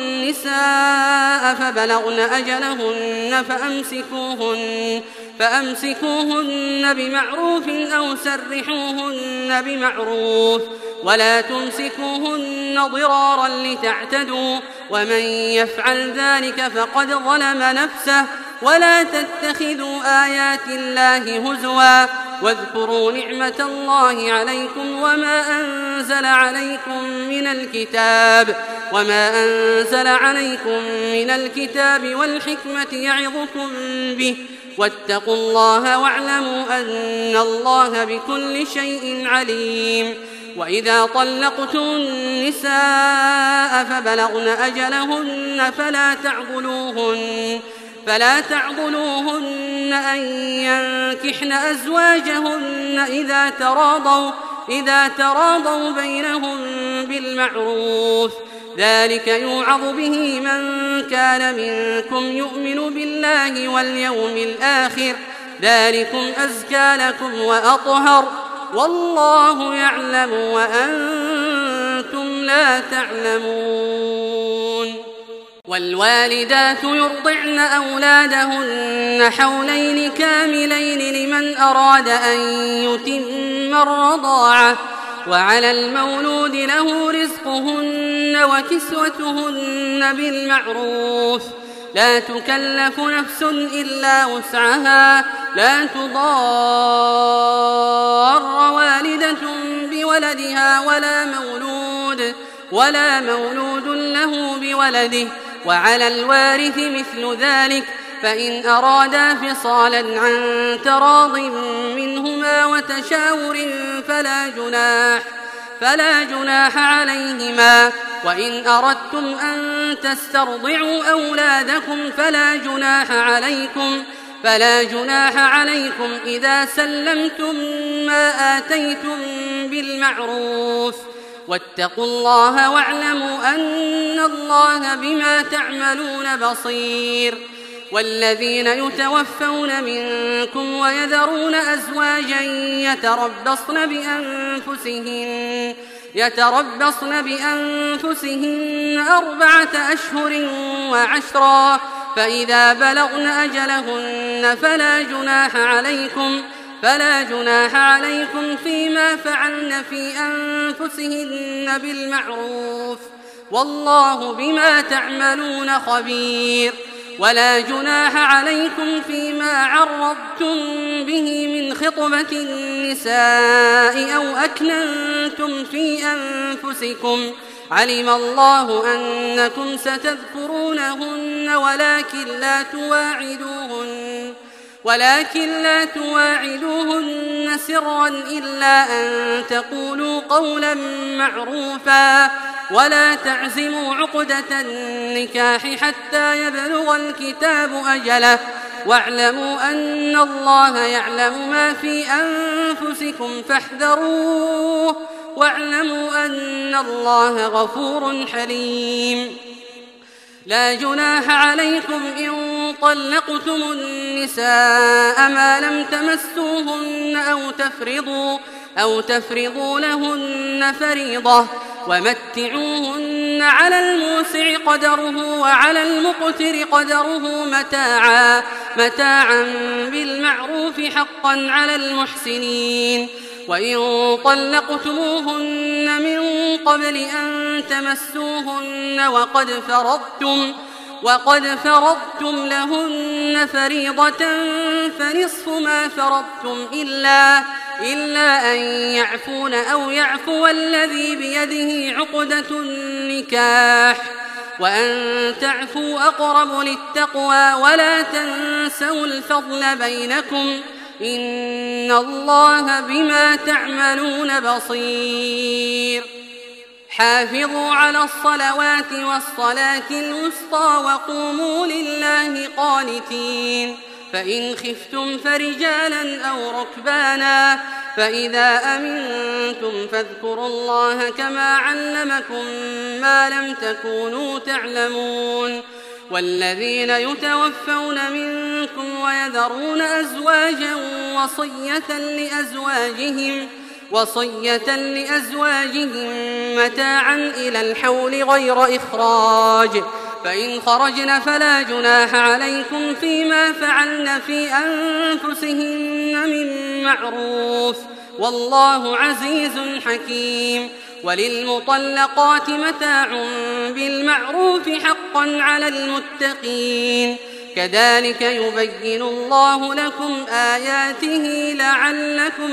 النساء فبلغن أجلهن فأمسكوهن فأمسكوهن بمعروف أو سرحوهن بمعروف ولا تمسكوهن ضرارا لتعتدوا ومن يفعل ذلك فقد ظلم نفسه ولا تتخذوا آيات الله هزوا واذكروا نعمة الله عليكم وما أنزل عليكم من الكتاب وما أنزل عليكم من الكتاب والحكمة يعظكم به واتقوا الله واعلموا أن الله بكل شيء عليم. وإذا طلقتم النساء فبلغن أجلهن فلا تعضلوهن فلا تعضلوهن أن ينكحن أزواجهن إذا تراضوا إذا تراضوا بينهم بالمعروف ذلك يوعظ به من كان منكم يؤمن بالله واليوم الآخر ذلكم أزكى لكم وأطهر والله يعلم وأنتم لا تعلمون. والوالدات يرضعن أولادهن حولين كاملين لمن أراد أن يتم الرضاعة وعلى المولود له رزقهن وكسوتهن بالمعروف لا تكلف نفس إلا وسعها لا تضار والدة بولدها ولا مولود ولا مولود له بولده وعلى الوارث مثل ذلك فإن أرادا فصالا عن تراض منهما وتشاور فلا جناح فلا جناح عليهما وإن أردتم أن تسترضعوا أولادكم فلا جناح عليكم فلا جناح عليكم إذا سلمتم ما آتيتم بالمعروف واتقوا الله واعلموا أن الله بما تعملون بصير. والذين يتوفون منكم ويذرون أزواجا يتربصن بأنفسهن يتربصن بأنفسهن أربعة أشهر وعشرا فإذا بلغن أجلهن فلا جناح عليكم فلا جناح عليكم فيما فعلن في أنفسهن بالمعروف والله بما تعملون خبير. ولا جناح عليكم فيما عرضتم به من خطبة النساء أو أكننتم في أنفسكم علم الله أنكم ستذكرونهن ولكن لا تواعدوهن ولكن لا تواعدوهن سرا إلا أن تقولوا قولا معروفا ولا تعزموا عقدة النكاح حتى يبلغ الكتاب أجله واعلموا أن الله يعلم ما في أنفسكم فاحذروه واعلموا أن الله غفور حليم. لا جناح عليكم إن طلقتم النساء ما لم تمسوهن أو تفرضوا أو تفرضوا لهن فريضة ومتعوهن على الموسع قدره وعلى المقتر قدره متاعا متاعا بالمعروف حقا على المحسنين. وإن طلقتموهن من قبل أن تمسوهن وقد فرضتم وقد فرضتم لهن فريضة فنصف ما فرضتم إلا إلا أن يعفون أو يعفو الذي بيده عقدة النكاح وأن تعفوا أقرب للتقوى ولا تنسوا الفضل بينكم إن الله بما تعملون بصير. حافظوا على الصلوات والصلاة الوسطى وقوموا لله قانتين. فإن خفتم فرجالا أو ركبانا فإذا أمنتم فاذكروا الله كما علمكم ما لم تكونوا تعلمون. والذين يتوفون منكم ويذرون أزواجا وصية لأزواجهم وصية لأزواجهم متاعا إلى الحول غير إخراج فإن خرجن فلا جناح عليكم فيما فعلن في أنفسهن من معروف والله عزيز حكيم. وللمطلقات متاع بالمعروف حقا على المتقين كذلك يبين الله لكم آياته لعلكم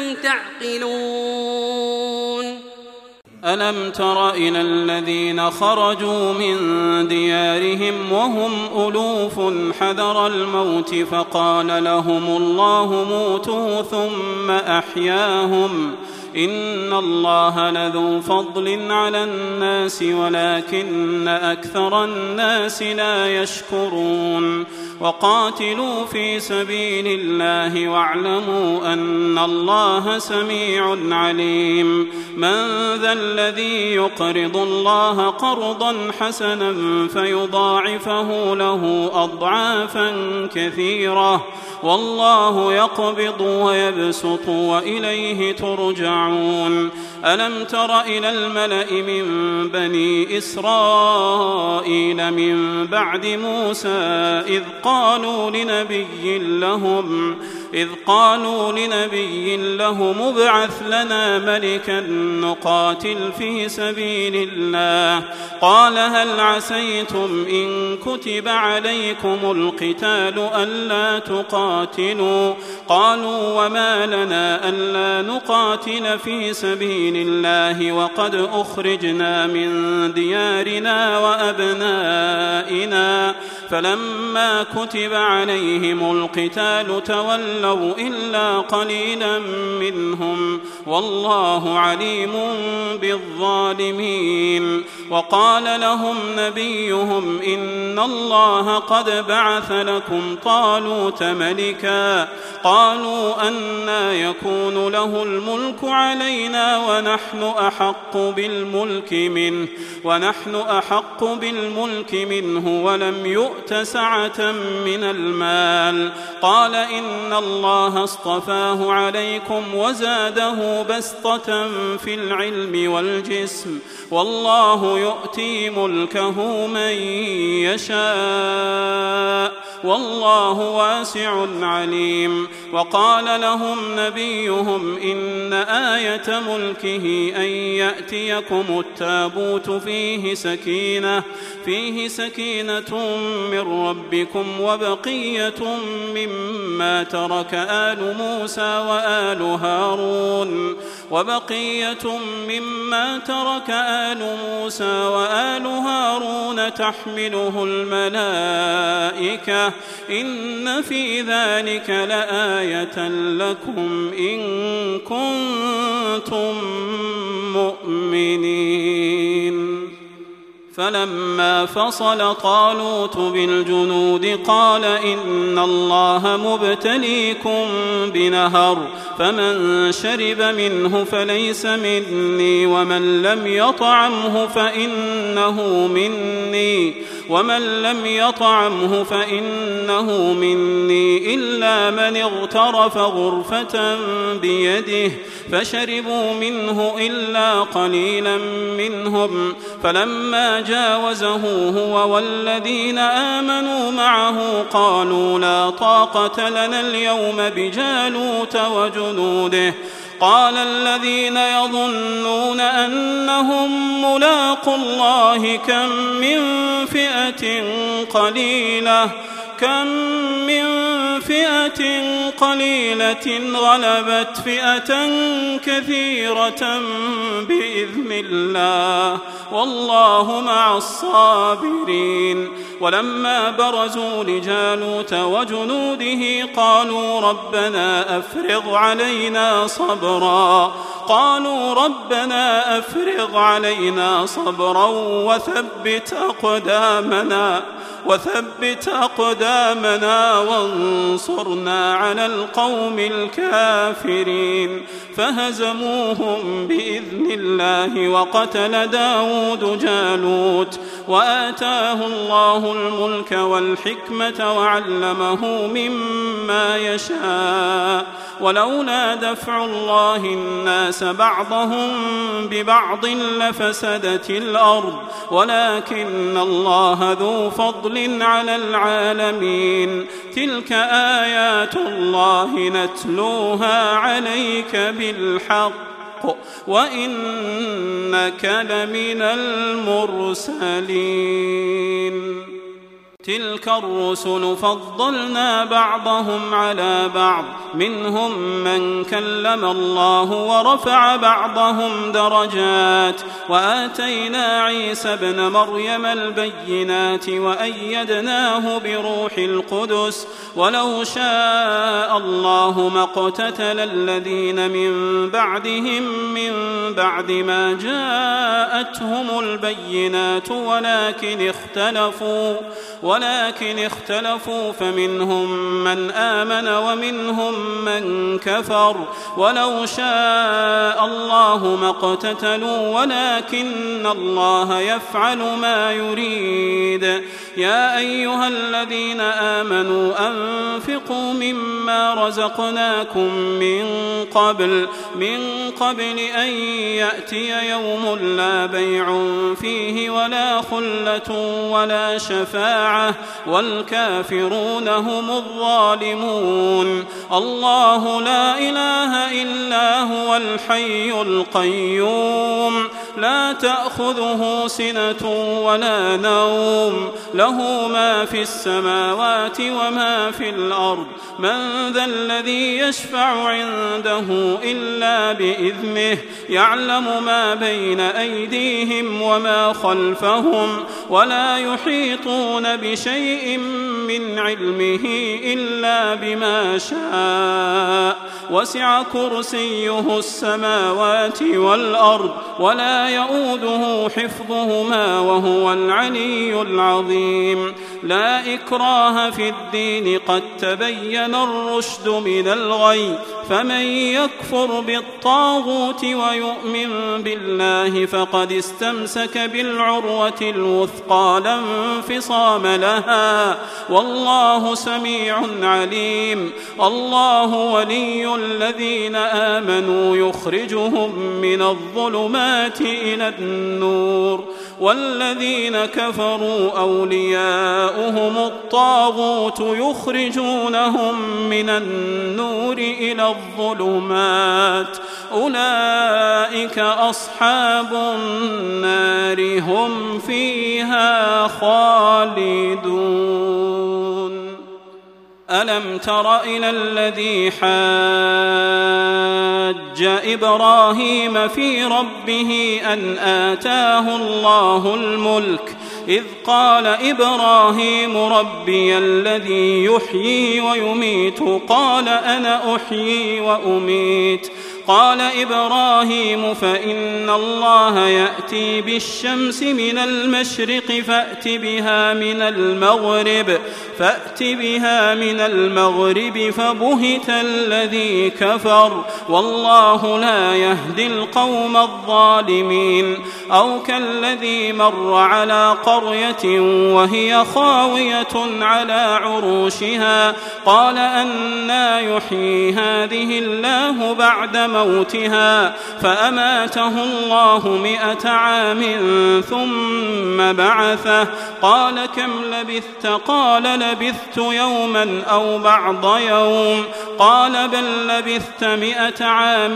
تعقلون. ألم تر إلى الذين خرجوا من ديارهم وهم ألوف حذر الموت فقال لهم الله موتوا ثم أحياهم إن الله لذو فضل على الناس ولكن أكثر الناس لا يشكرون. وقاتلوا في سبيل الله واعلموا أن الله سميع عليم. من ذا الذي يقرض الله قرضا حسنا فيضاعفه له أضعافا كثيرة والله يقبض ويبسط وإليه ترجعون. ألم تر إلى الملأ من بني إسرائيل من بعد موسى إذ قالوا لنبي لهم إذ قالوا لنبي لهم ابعث لنا ملكا نقاتل في سبيل الله قال هل عسيتم إن كتب عليكم القتال ألا تقاتلوا قالوا وما لنا ألا نقاتل في سبيل الله وقد أخرجنا من ديارنا وأبنائنا فلما كتب عليهم القتال تولوا إلا قليلا منهم والله عليم بالظالمين. وقال لهم نبيهم إن الله قد بعث لكم طالوت ملكا قالوا أنى يكون له الملك علينا ونحن أحق بالملك منه ونحن أحق بالملك منه ولم يؤت سعة من المال قال إن الله اصطفاه عليكم وزاده بسطة في العلم والجسم والله يؤتي ملكه من يشاء والله واسع عليم. وقال لهم نبيهم إن آية ملكه أن يأتيكم التابوت فيه سكينة فيه سكينة من ربكم وبقية مما ترك آل موسى وآل هارون وبقية مما ترك آل موسى وآل هارون تحمله الملائكة إن في ذلك لآية لكم إن كنتم مؤمنين. فلما فصل طالوت بالجنود قال إن الله مبتليكم بنهر فمن شرب منه فليس مني ومن لم يطعمه فإنه مني ومن لم يطعمه فإنه مني إلا من اغترف غرفة بيده فشربوا منه إلا قليلا منهم فلما جاوزه هو والذين آمنوا معه قالوا لا طاقة لنا اليوم بجالوت وجنوده قال الذين يظنون أنهم ملاقوا الله كم من فئة قليلة كم من فئة قليلة غلبت فئة كثيرة بإذن الله والله مع الصابرين. ولما برزوا لجالوت وجنوده قالوا ربنا أفرغ علينا صبرا قالوا ربنا أفرغ علينا صبرا وثبت أقدامنا وثبت أقدامنا وانصرنا على القوم الكافرين فهزموهم بإذن الله وقتل داود جالوت وآتاه الله الملك والحكمة وعلمه مما يشاء ولولا دفع الله الناس بعضهم ببعض لفسدت الأرض ولكن الله ذو فضل على العالمين. تلك آيات الله نتلوها عليك بالحق بالحق وإنك لمن المرسلين. تلك الرسل فضلنا بعضهم على بعض منهم من كلم الله ورفع بعضهم درجات وآتينا عيسى ابن مريم البينات وأيدناه بروح القدس ولو شاء الله ما اقتتل الذين من بعدهم من بعد ما جاءتهم البينات ولكن اختلفوا ولكن اختلفوا فمنهم من آمن ومنهم من كفر ولو شاء الله ما اقتتلوا ولكن الله يفعل ما يريد. يا أيها الذين آمنوا أنفقوا مما رزقناكم من قبل من قبل أن يأتي يوم لا بيع فيه ولا خلة ولا شفاعة والكافرون هم الظالمون. الله لا إله إلا هو الحي القيوم لا تأخذه سنة ولا نوم له ما في السماوات وما في الأرض من ذا الذي يشفع عنده إلا بإذنه يعلم ما بين أيديهم وما خلفهم ولا يحيطون بشيء من علمه إلا بما شاء وسع كرسيه السماوات والأرض ولا يؤوده حفظهما وهو العلي العظيم. لا إكراه في الدين قد تبين الرشد من الغي فمن يكفر بالطاغوت ويؤمن بالله فقد استمسك بالعروة الوثقى لا انفصام لها والله سميع عليم. الله ولي الذين آمنوا يخرجهم من الظلمات إلى النور والذين كفروا أولياؤهم الطاغوت يخرجونهم من النور إلى الظلمات أولئك أصحاب النار هم فيها خالدون. ألم تر إلى الذي حاج إبراهيم في ربه أن آتاه الله الملك إذ قال إبراهيم ربي الذي يحيي ويميت قال أنا أحيي وأميت قال إبراهيم فإن الله يأتي بالشمس من المشرق فأت بها من المغرب فأت بها من المغرب فبهت الذي كفر والله لا يهدي القوم الظالمين. أو كالذي مر على قرية وهي خاوية على عروشها قال أنى يحيي هذه الله بعد موتها فأماته الله مئة عام ثم بعثه قال كم لبثت قال لبثت يوما أو بعض يوم قال بل لبثت مئة عام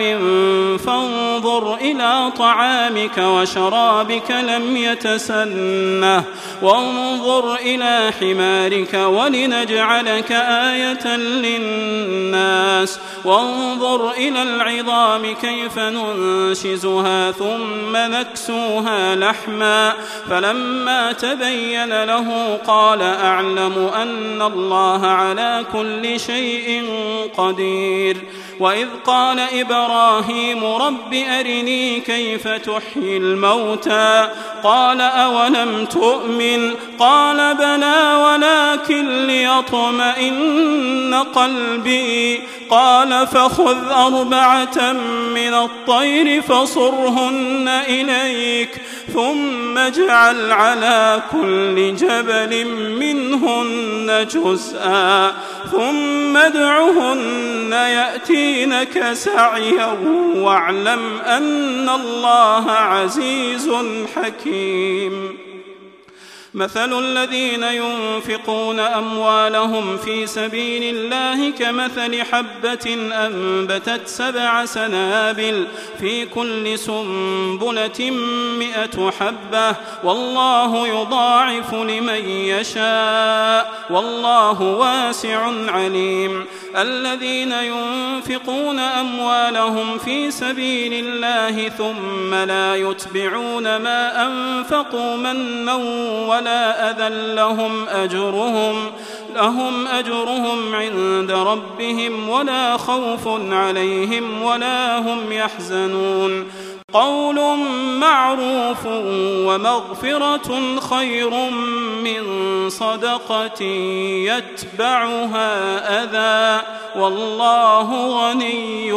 فانظر إلى طعامك وشرابك لم يتسنه وانظر إلى حمارك ولنجعلك آية للناس وانظر إلى العظام كيف ننشزها ثم نكسوها لحما فلما تبين له قال أعلم أن الله على كل شيء قدير. وإذ قال إبراهيم رب أرني كيف تحيي الموتى قال أولم تؤمن قال بلى ولكن ليطمئن قلبي قال فخذ أربعة من الطير فصرهن إليك ثم اجعل على كل جبل منهن جزءا ثم ادعهن يأتينك سعيا واعلم أن الله عزيز حكيم. مثل الذين ينفقون أموالهم في سبيل الله كمثل حبة أنبتت سبع سنابل في كل سنبلة مئة حبة والله يضاعف لمن يشاء والله واسع عليم. الذين ينفقون أموالهم في سبيل الله ثم لا يتبعون ما أنفقوا منا ولا أذى لهم أجرهم لهم أجرهم عند ربهم ولا خوف عليهم ولا هم يحزنون. قول معروف ومغفرة خير من صدقة يتبعها أذى والله غني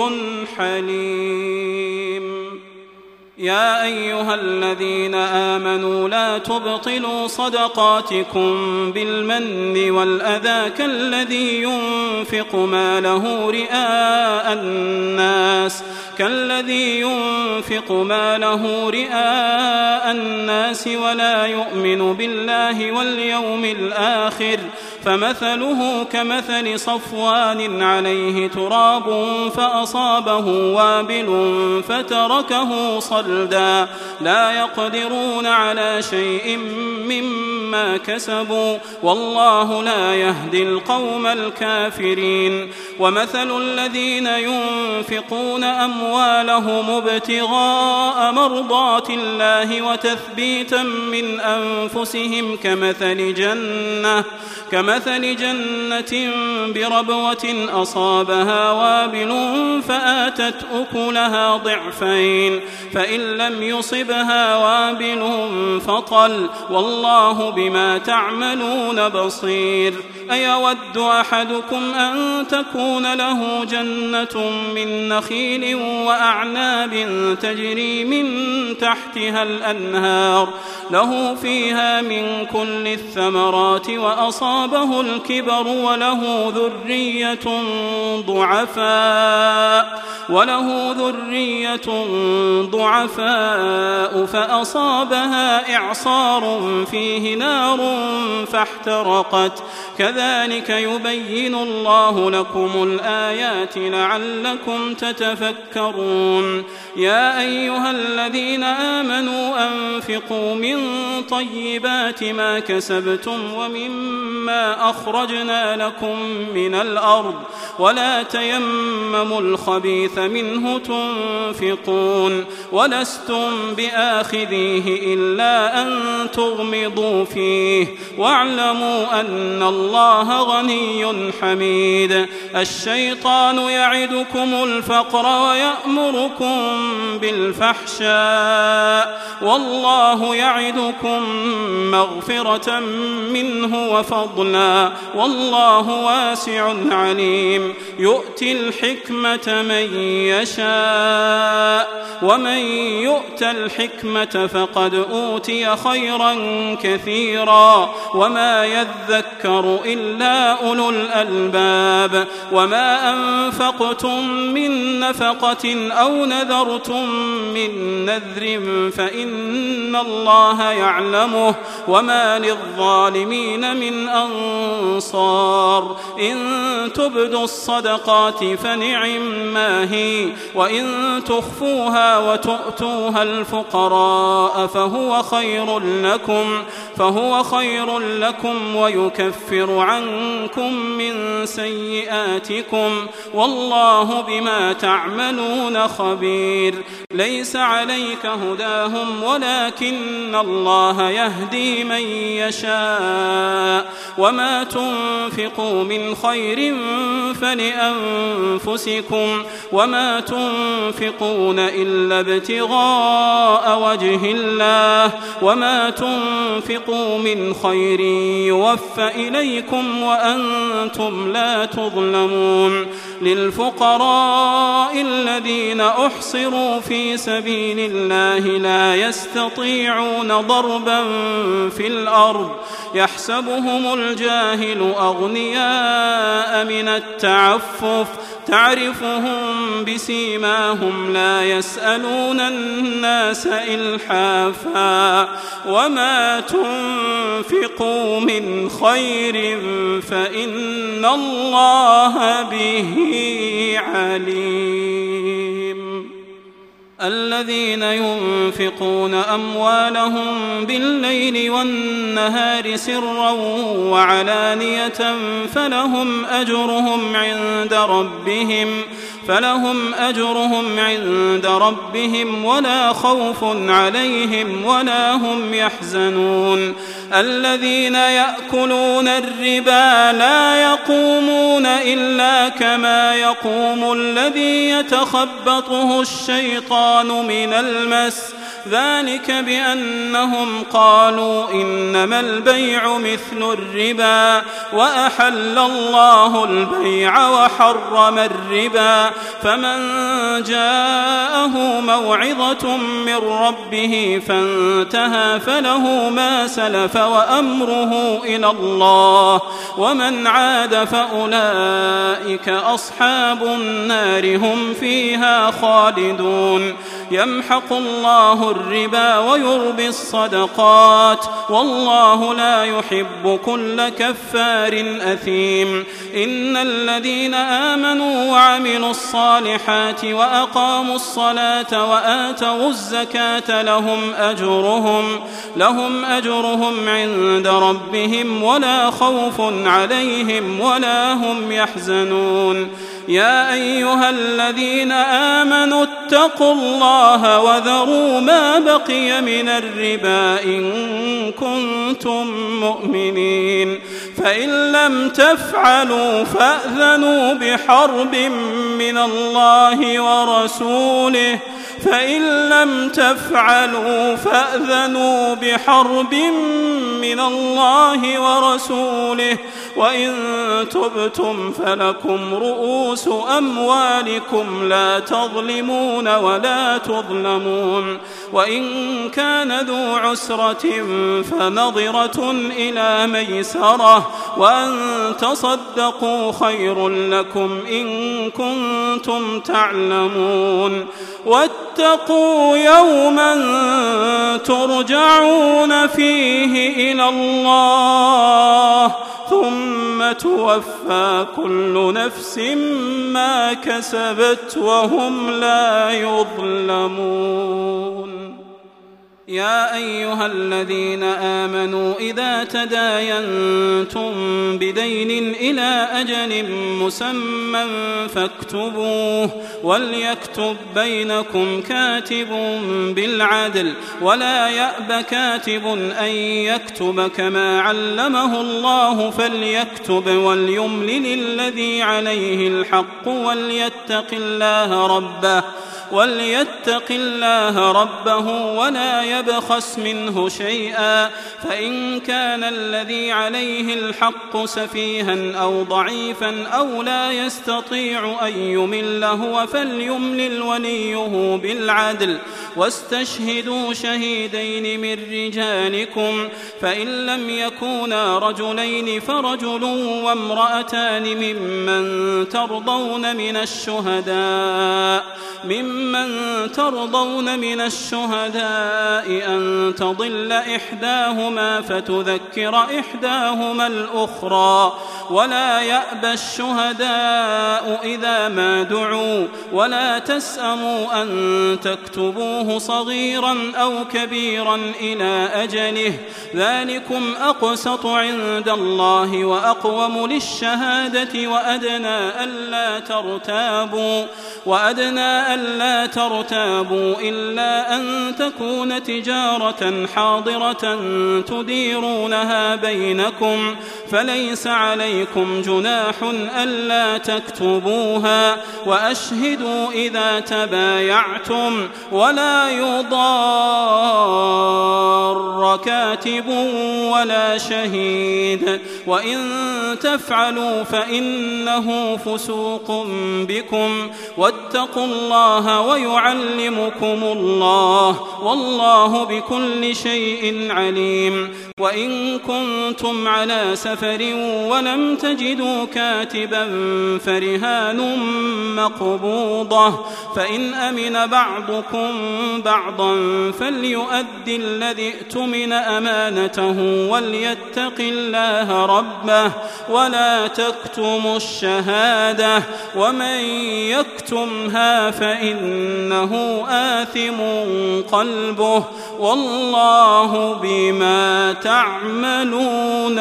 حليم. يا أيها الذين آمنوا لا تبطلوا صدقاتكم بالمن والأذى كالذي ينفق ماله رئاء الناس كالذي ينفق ماله رئاء الناس ولا يؤمن بالله واليوم الآخر فمثله كمثل صفوان عليه تراب فأصابه وابل فتركه صلدا لا يقدرون على شيء مما كسبوا والله لا يهدي القوم الكافرين. ومثل الذين ينفقون أموالهم ابتغاء مرضات الله وتثبيتا من أنفسهم كمثل جنة كمثل جنة بربوة أصابها وابل فآتت أكلها ضعفين فإن لم يصبها وابل فطل والله بما تعملون بصير. أيود أحدكم أن تكون له جنة من نخيل وأعناب تجري من تحتها الأنهار له فيها من كل الثمرات وأصابه الكبر وله ذرية ضعفاء وله ذرية ضعفاء فأصابها إعصار فيه نار فاحترقت كذلك يبين الله لكم الآيات لعلكم تتفكرون. يا أيها الذين آمنوا أنفقوا من طيبات ما كسبتم ومما أخرجنا لكم من الأرض ولا تيمموا الخبيث منه تنفقون ولستم بآخذيه إلا أن تغمضوا فيه واعلموا أن الله غني حميد. الشيطان يعدكم الفقر ويأمركم بالفحشاء والله يعدكم مغفرة منه وفضلا والله واسع عليم. يؤتي الحكمة من يشاء ومن يؤت الحكمة فقد أوتي خيرا كثيرا وما يذكر إلا أولو الألباب. وما أنفقتم من نفقة أو نذرتم من نذر فإن الله يعلمه وما للظالمين من أنصار. إن تبدوا الصدقات فنعما هي وإن تخفوها وتؤتوها الفقراء فهو خير لكم فهو خير لكم ويكفر عنكم من سيئاتكم والله بما تعملون خبير. ليس عليك هداهم ولكن الله يهدي من يشاء وما تنفقوا من خير فلأنفسكم وما تنفقون إلا ابتغاء وجه الله وما تنفقوا من خير يوفى إليكم وأنتم لا تظلمون. للفقراء الذين أحصروا في سبيل الله لا يستطيعون ضربا في الأرض يحسبهم الجاهل أغنياء من التعفف تعرفهم بسيماهم لا يسألون الناس إلحافا وما تنفقوا من خير فإن الله به عليم. الذين ينفقون أموالهم بالليل والنهار سرا وعلانية فلهم أجرهم عند ربهم فلهم أجرهم عند ربهم ولا خوف عليهم ولا هم يحزنون. الذين يأكلون الربا لا يقومون إلا كما يقوم الذي يتخبطه الشيطان من المس ذلك بأنهم قالوا إنما البيع مثل الربا وأحل الله البيع وحرم الربا فمن جاءه موعظة من ربه فانتهى فله ما سلف وأمره إلى الله ومن عاد فأولئك أصحاب النار هم فيها خالدون. يمحق الله الربا ويربي الصدقات والله لا يحب كل كفار أثيم. إن الذين آمنوا وعملوا الصالحات وأقاموا الصلاة وآتوا الزكاة لهم أجرهم لهم أجرهم عند ربهم ولا خوف عليهم ولا هم يحزنون. يا أيها الذين آمنوا اتقوا الله وذروا ما بقي من الربا إن كنتم مؤمنين فإن لم تفعلوا فأذنوا بحرب من الله ورسوله فإن لم تفعلوا فأذنوا بحرب من الله ورسوله وإن تبتم فلكم رؤوس أموالكم لا تظلمون ولا تظلمون. وإن كان ذو عسرة فنظرة إلى ميسرة وأن تصدقوا خير لكم إن كنتم تعلمون. واتقوا يوما ترجعون فيه إلى الله ثم توفى كل نفس ما كسبت وهم لا يظلمون. يا أيها الذين آمنوا إذا تداينتم بدين إلى أجل مسمى فاكتبوه وليكتب بينكم كاتب بالعدل ولا يأب كاتب أن يكتب كما علمه الله فليكتب وليملل الذي عليه الحق وليتق الله ربه وليتق الله ربه ولا يبخس منه شيئا فإن كان الذي عليه الحق سفيها أو ضعيفا أو لا يستطيع أن يمل هو فليملل وليه بالعدل واستشهدوا شهيدين من رجالكم فإن لم يكونا رجلين فرجل وامرأتان ممن ترضون من الشهداء ممن ترضون من الشهداء أن تضل إحداهما فتذكر إحداهما الأخرى ولا يأبى الشهداء إذا ما دعوا ولا تسأموا أن تكتبوه صغيرا أو كبيرا إلى أجله ذلكم أقسط عند الله وأقوم للشهادة وأدنى ألا ترتابوا وأدنى ألا ترتابوا إلا أن تكون تجارة حاضرة تديرونها بينكم فليس عليكم جناح ألا تكتبوها وأشهدوا إذا تبايعتم ولا يضار كاتب ولا شهيد، وإن تفعلوا فإنه فسوق بكم، واتقوا الله ويعلمكم الله، والله بكل شيء عليم. وإن كنتم على سفر ولم تجدوا كاتبا فرهان مقبوضة، فإن أمن بعضكم بعضا فليؤدي الذي ائتمن أمانته وليتق الله ربه ولا تكتموا الشهادة، ومن يكتمها فإنه آثم قلبه، والله بما تعملون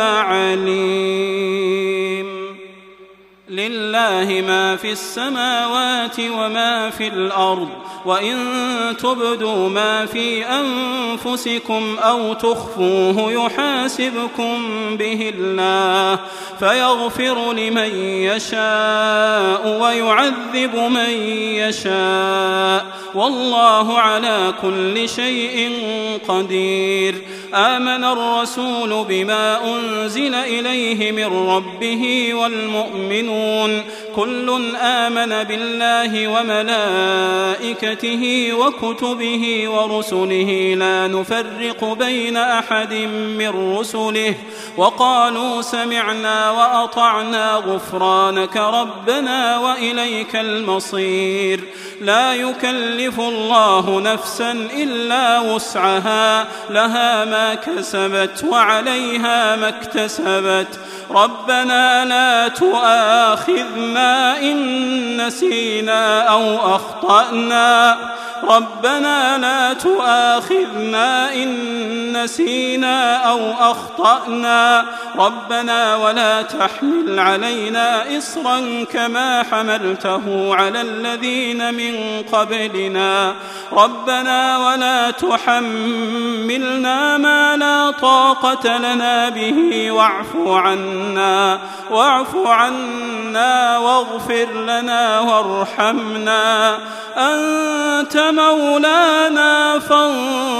عليم. لله ما في السماوات وما في الأرض، وإن تبدوا ما في أنفسكم أو تخفوه يحاسبكم به الله، فيغفر لمن يشاء ويعذب من يشاء، والله على كل شيء قدير. آمن الرسول بما أنزل إليه من ربه والمؤمنون كل آمن بالله وملائكته وكتبه ورسله لا نفرق بين أحد من رسله، وقالوا سمعنا وأطعنا غفرانك ربنا وإليك المصير. لا يكلف الله نفسا إلا وسعها، لها ما كسبت وعليها ما اكتسبت. ربنا لا تؤاخذنا إن نسينا أو أخطأنا ربنا لا تؤاخذنا إن نسينا أو أخطأنا ربنا ولا تحمل علينا إصرا كما حملته على الذين من قبلنا ربنا ولا تحملنا ما لا طاقة لنا به واعف عنا واعف عنا واغفر لنا وارحمنا أنت مولانا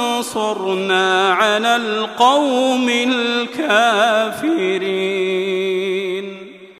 فانصرنا على القوم الكافرين.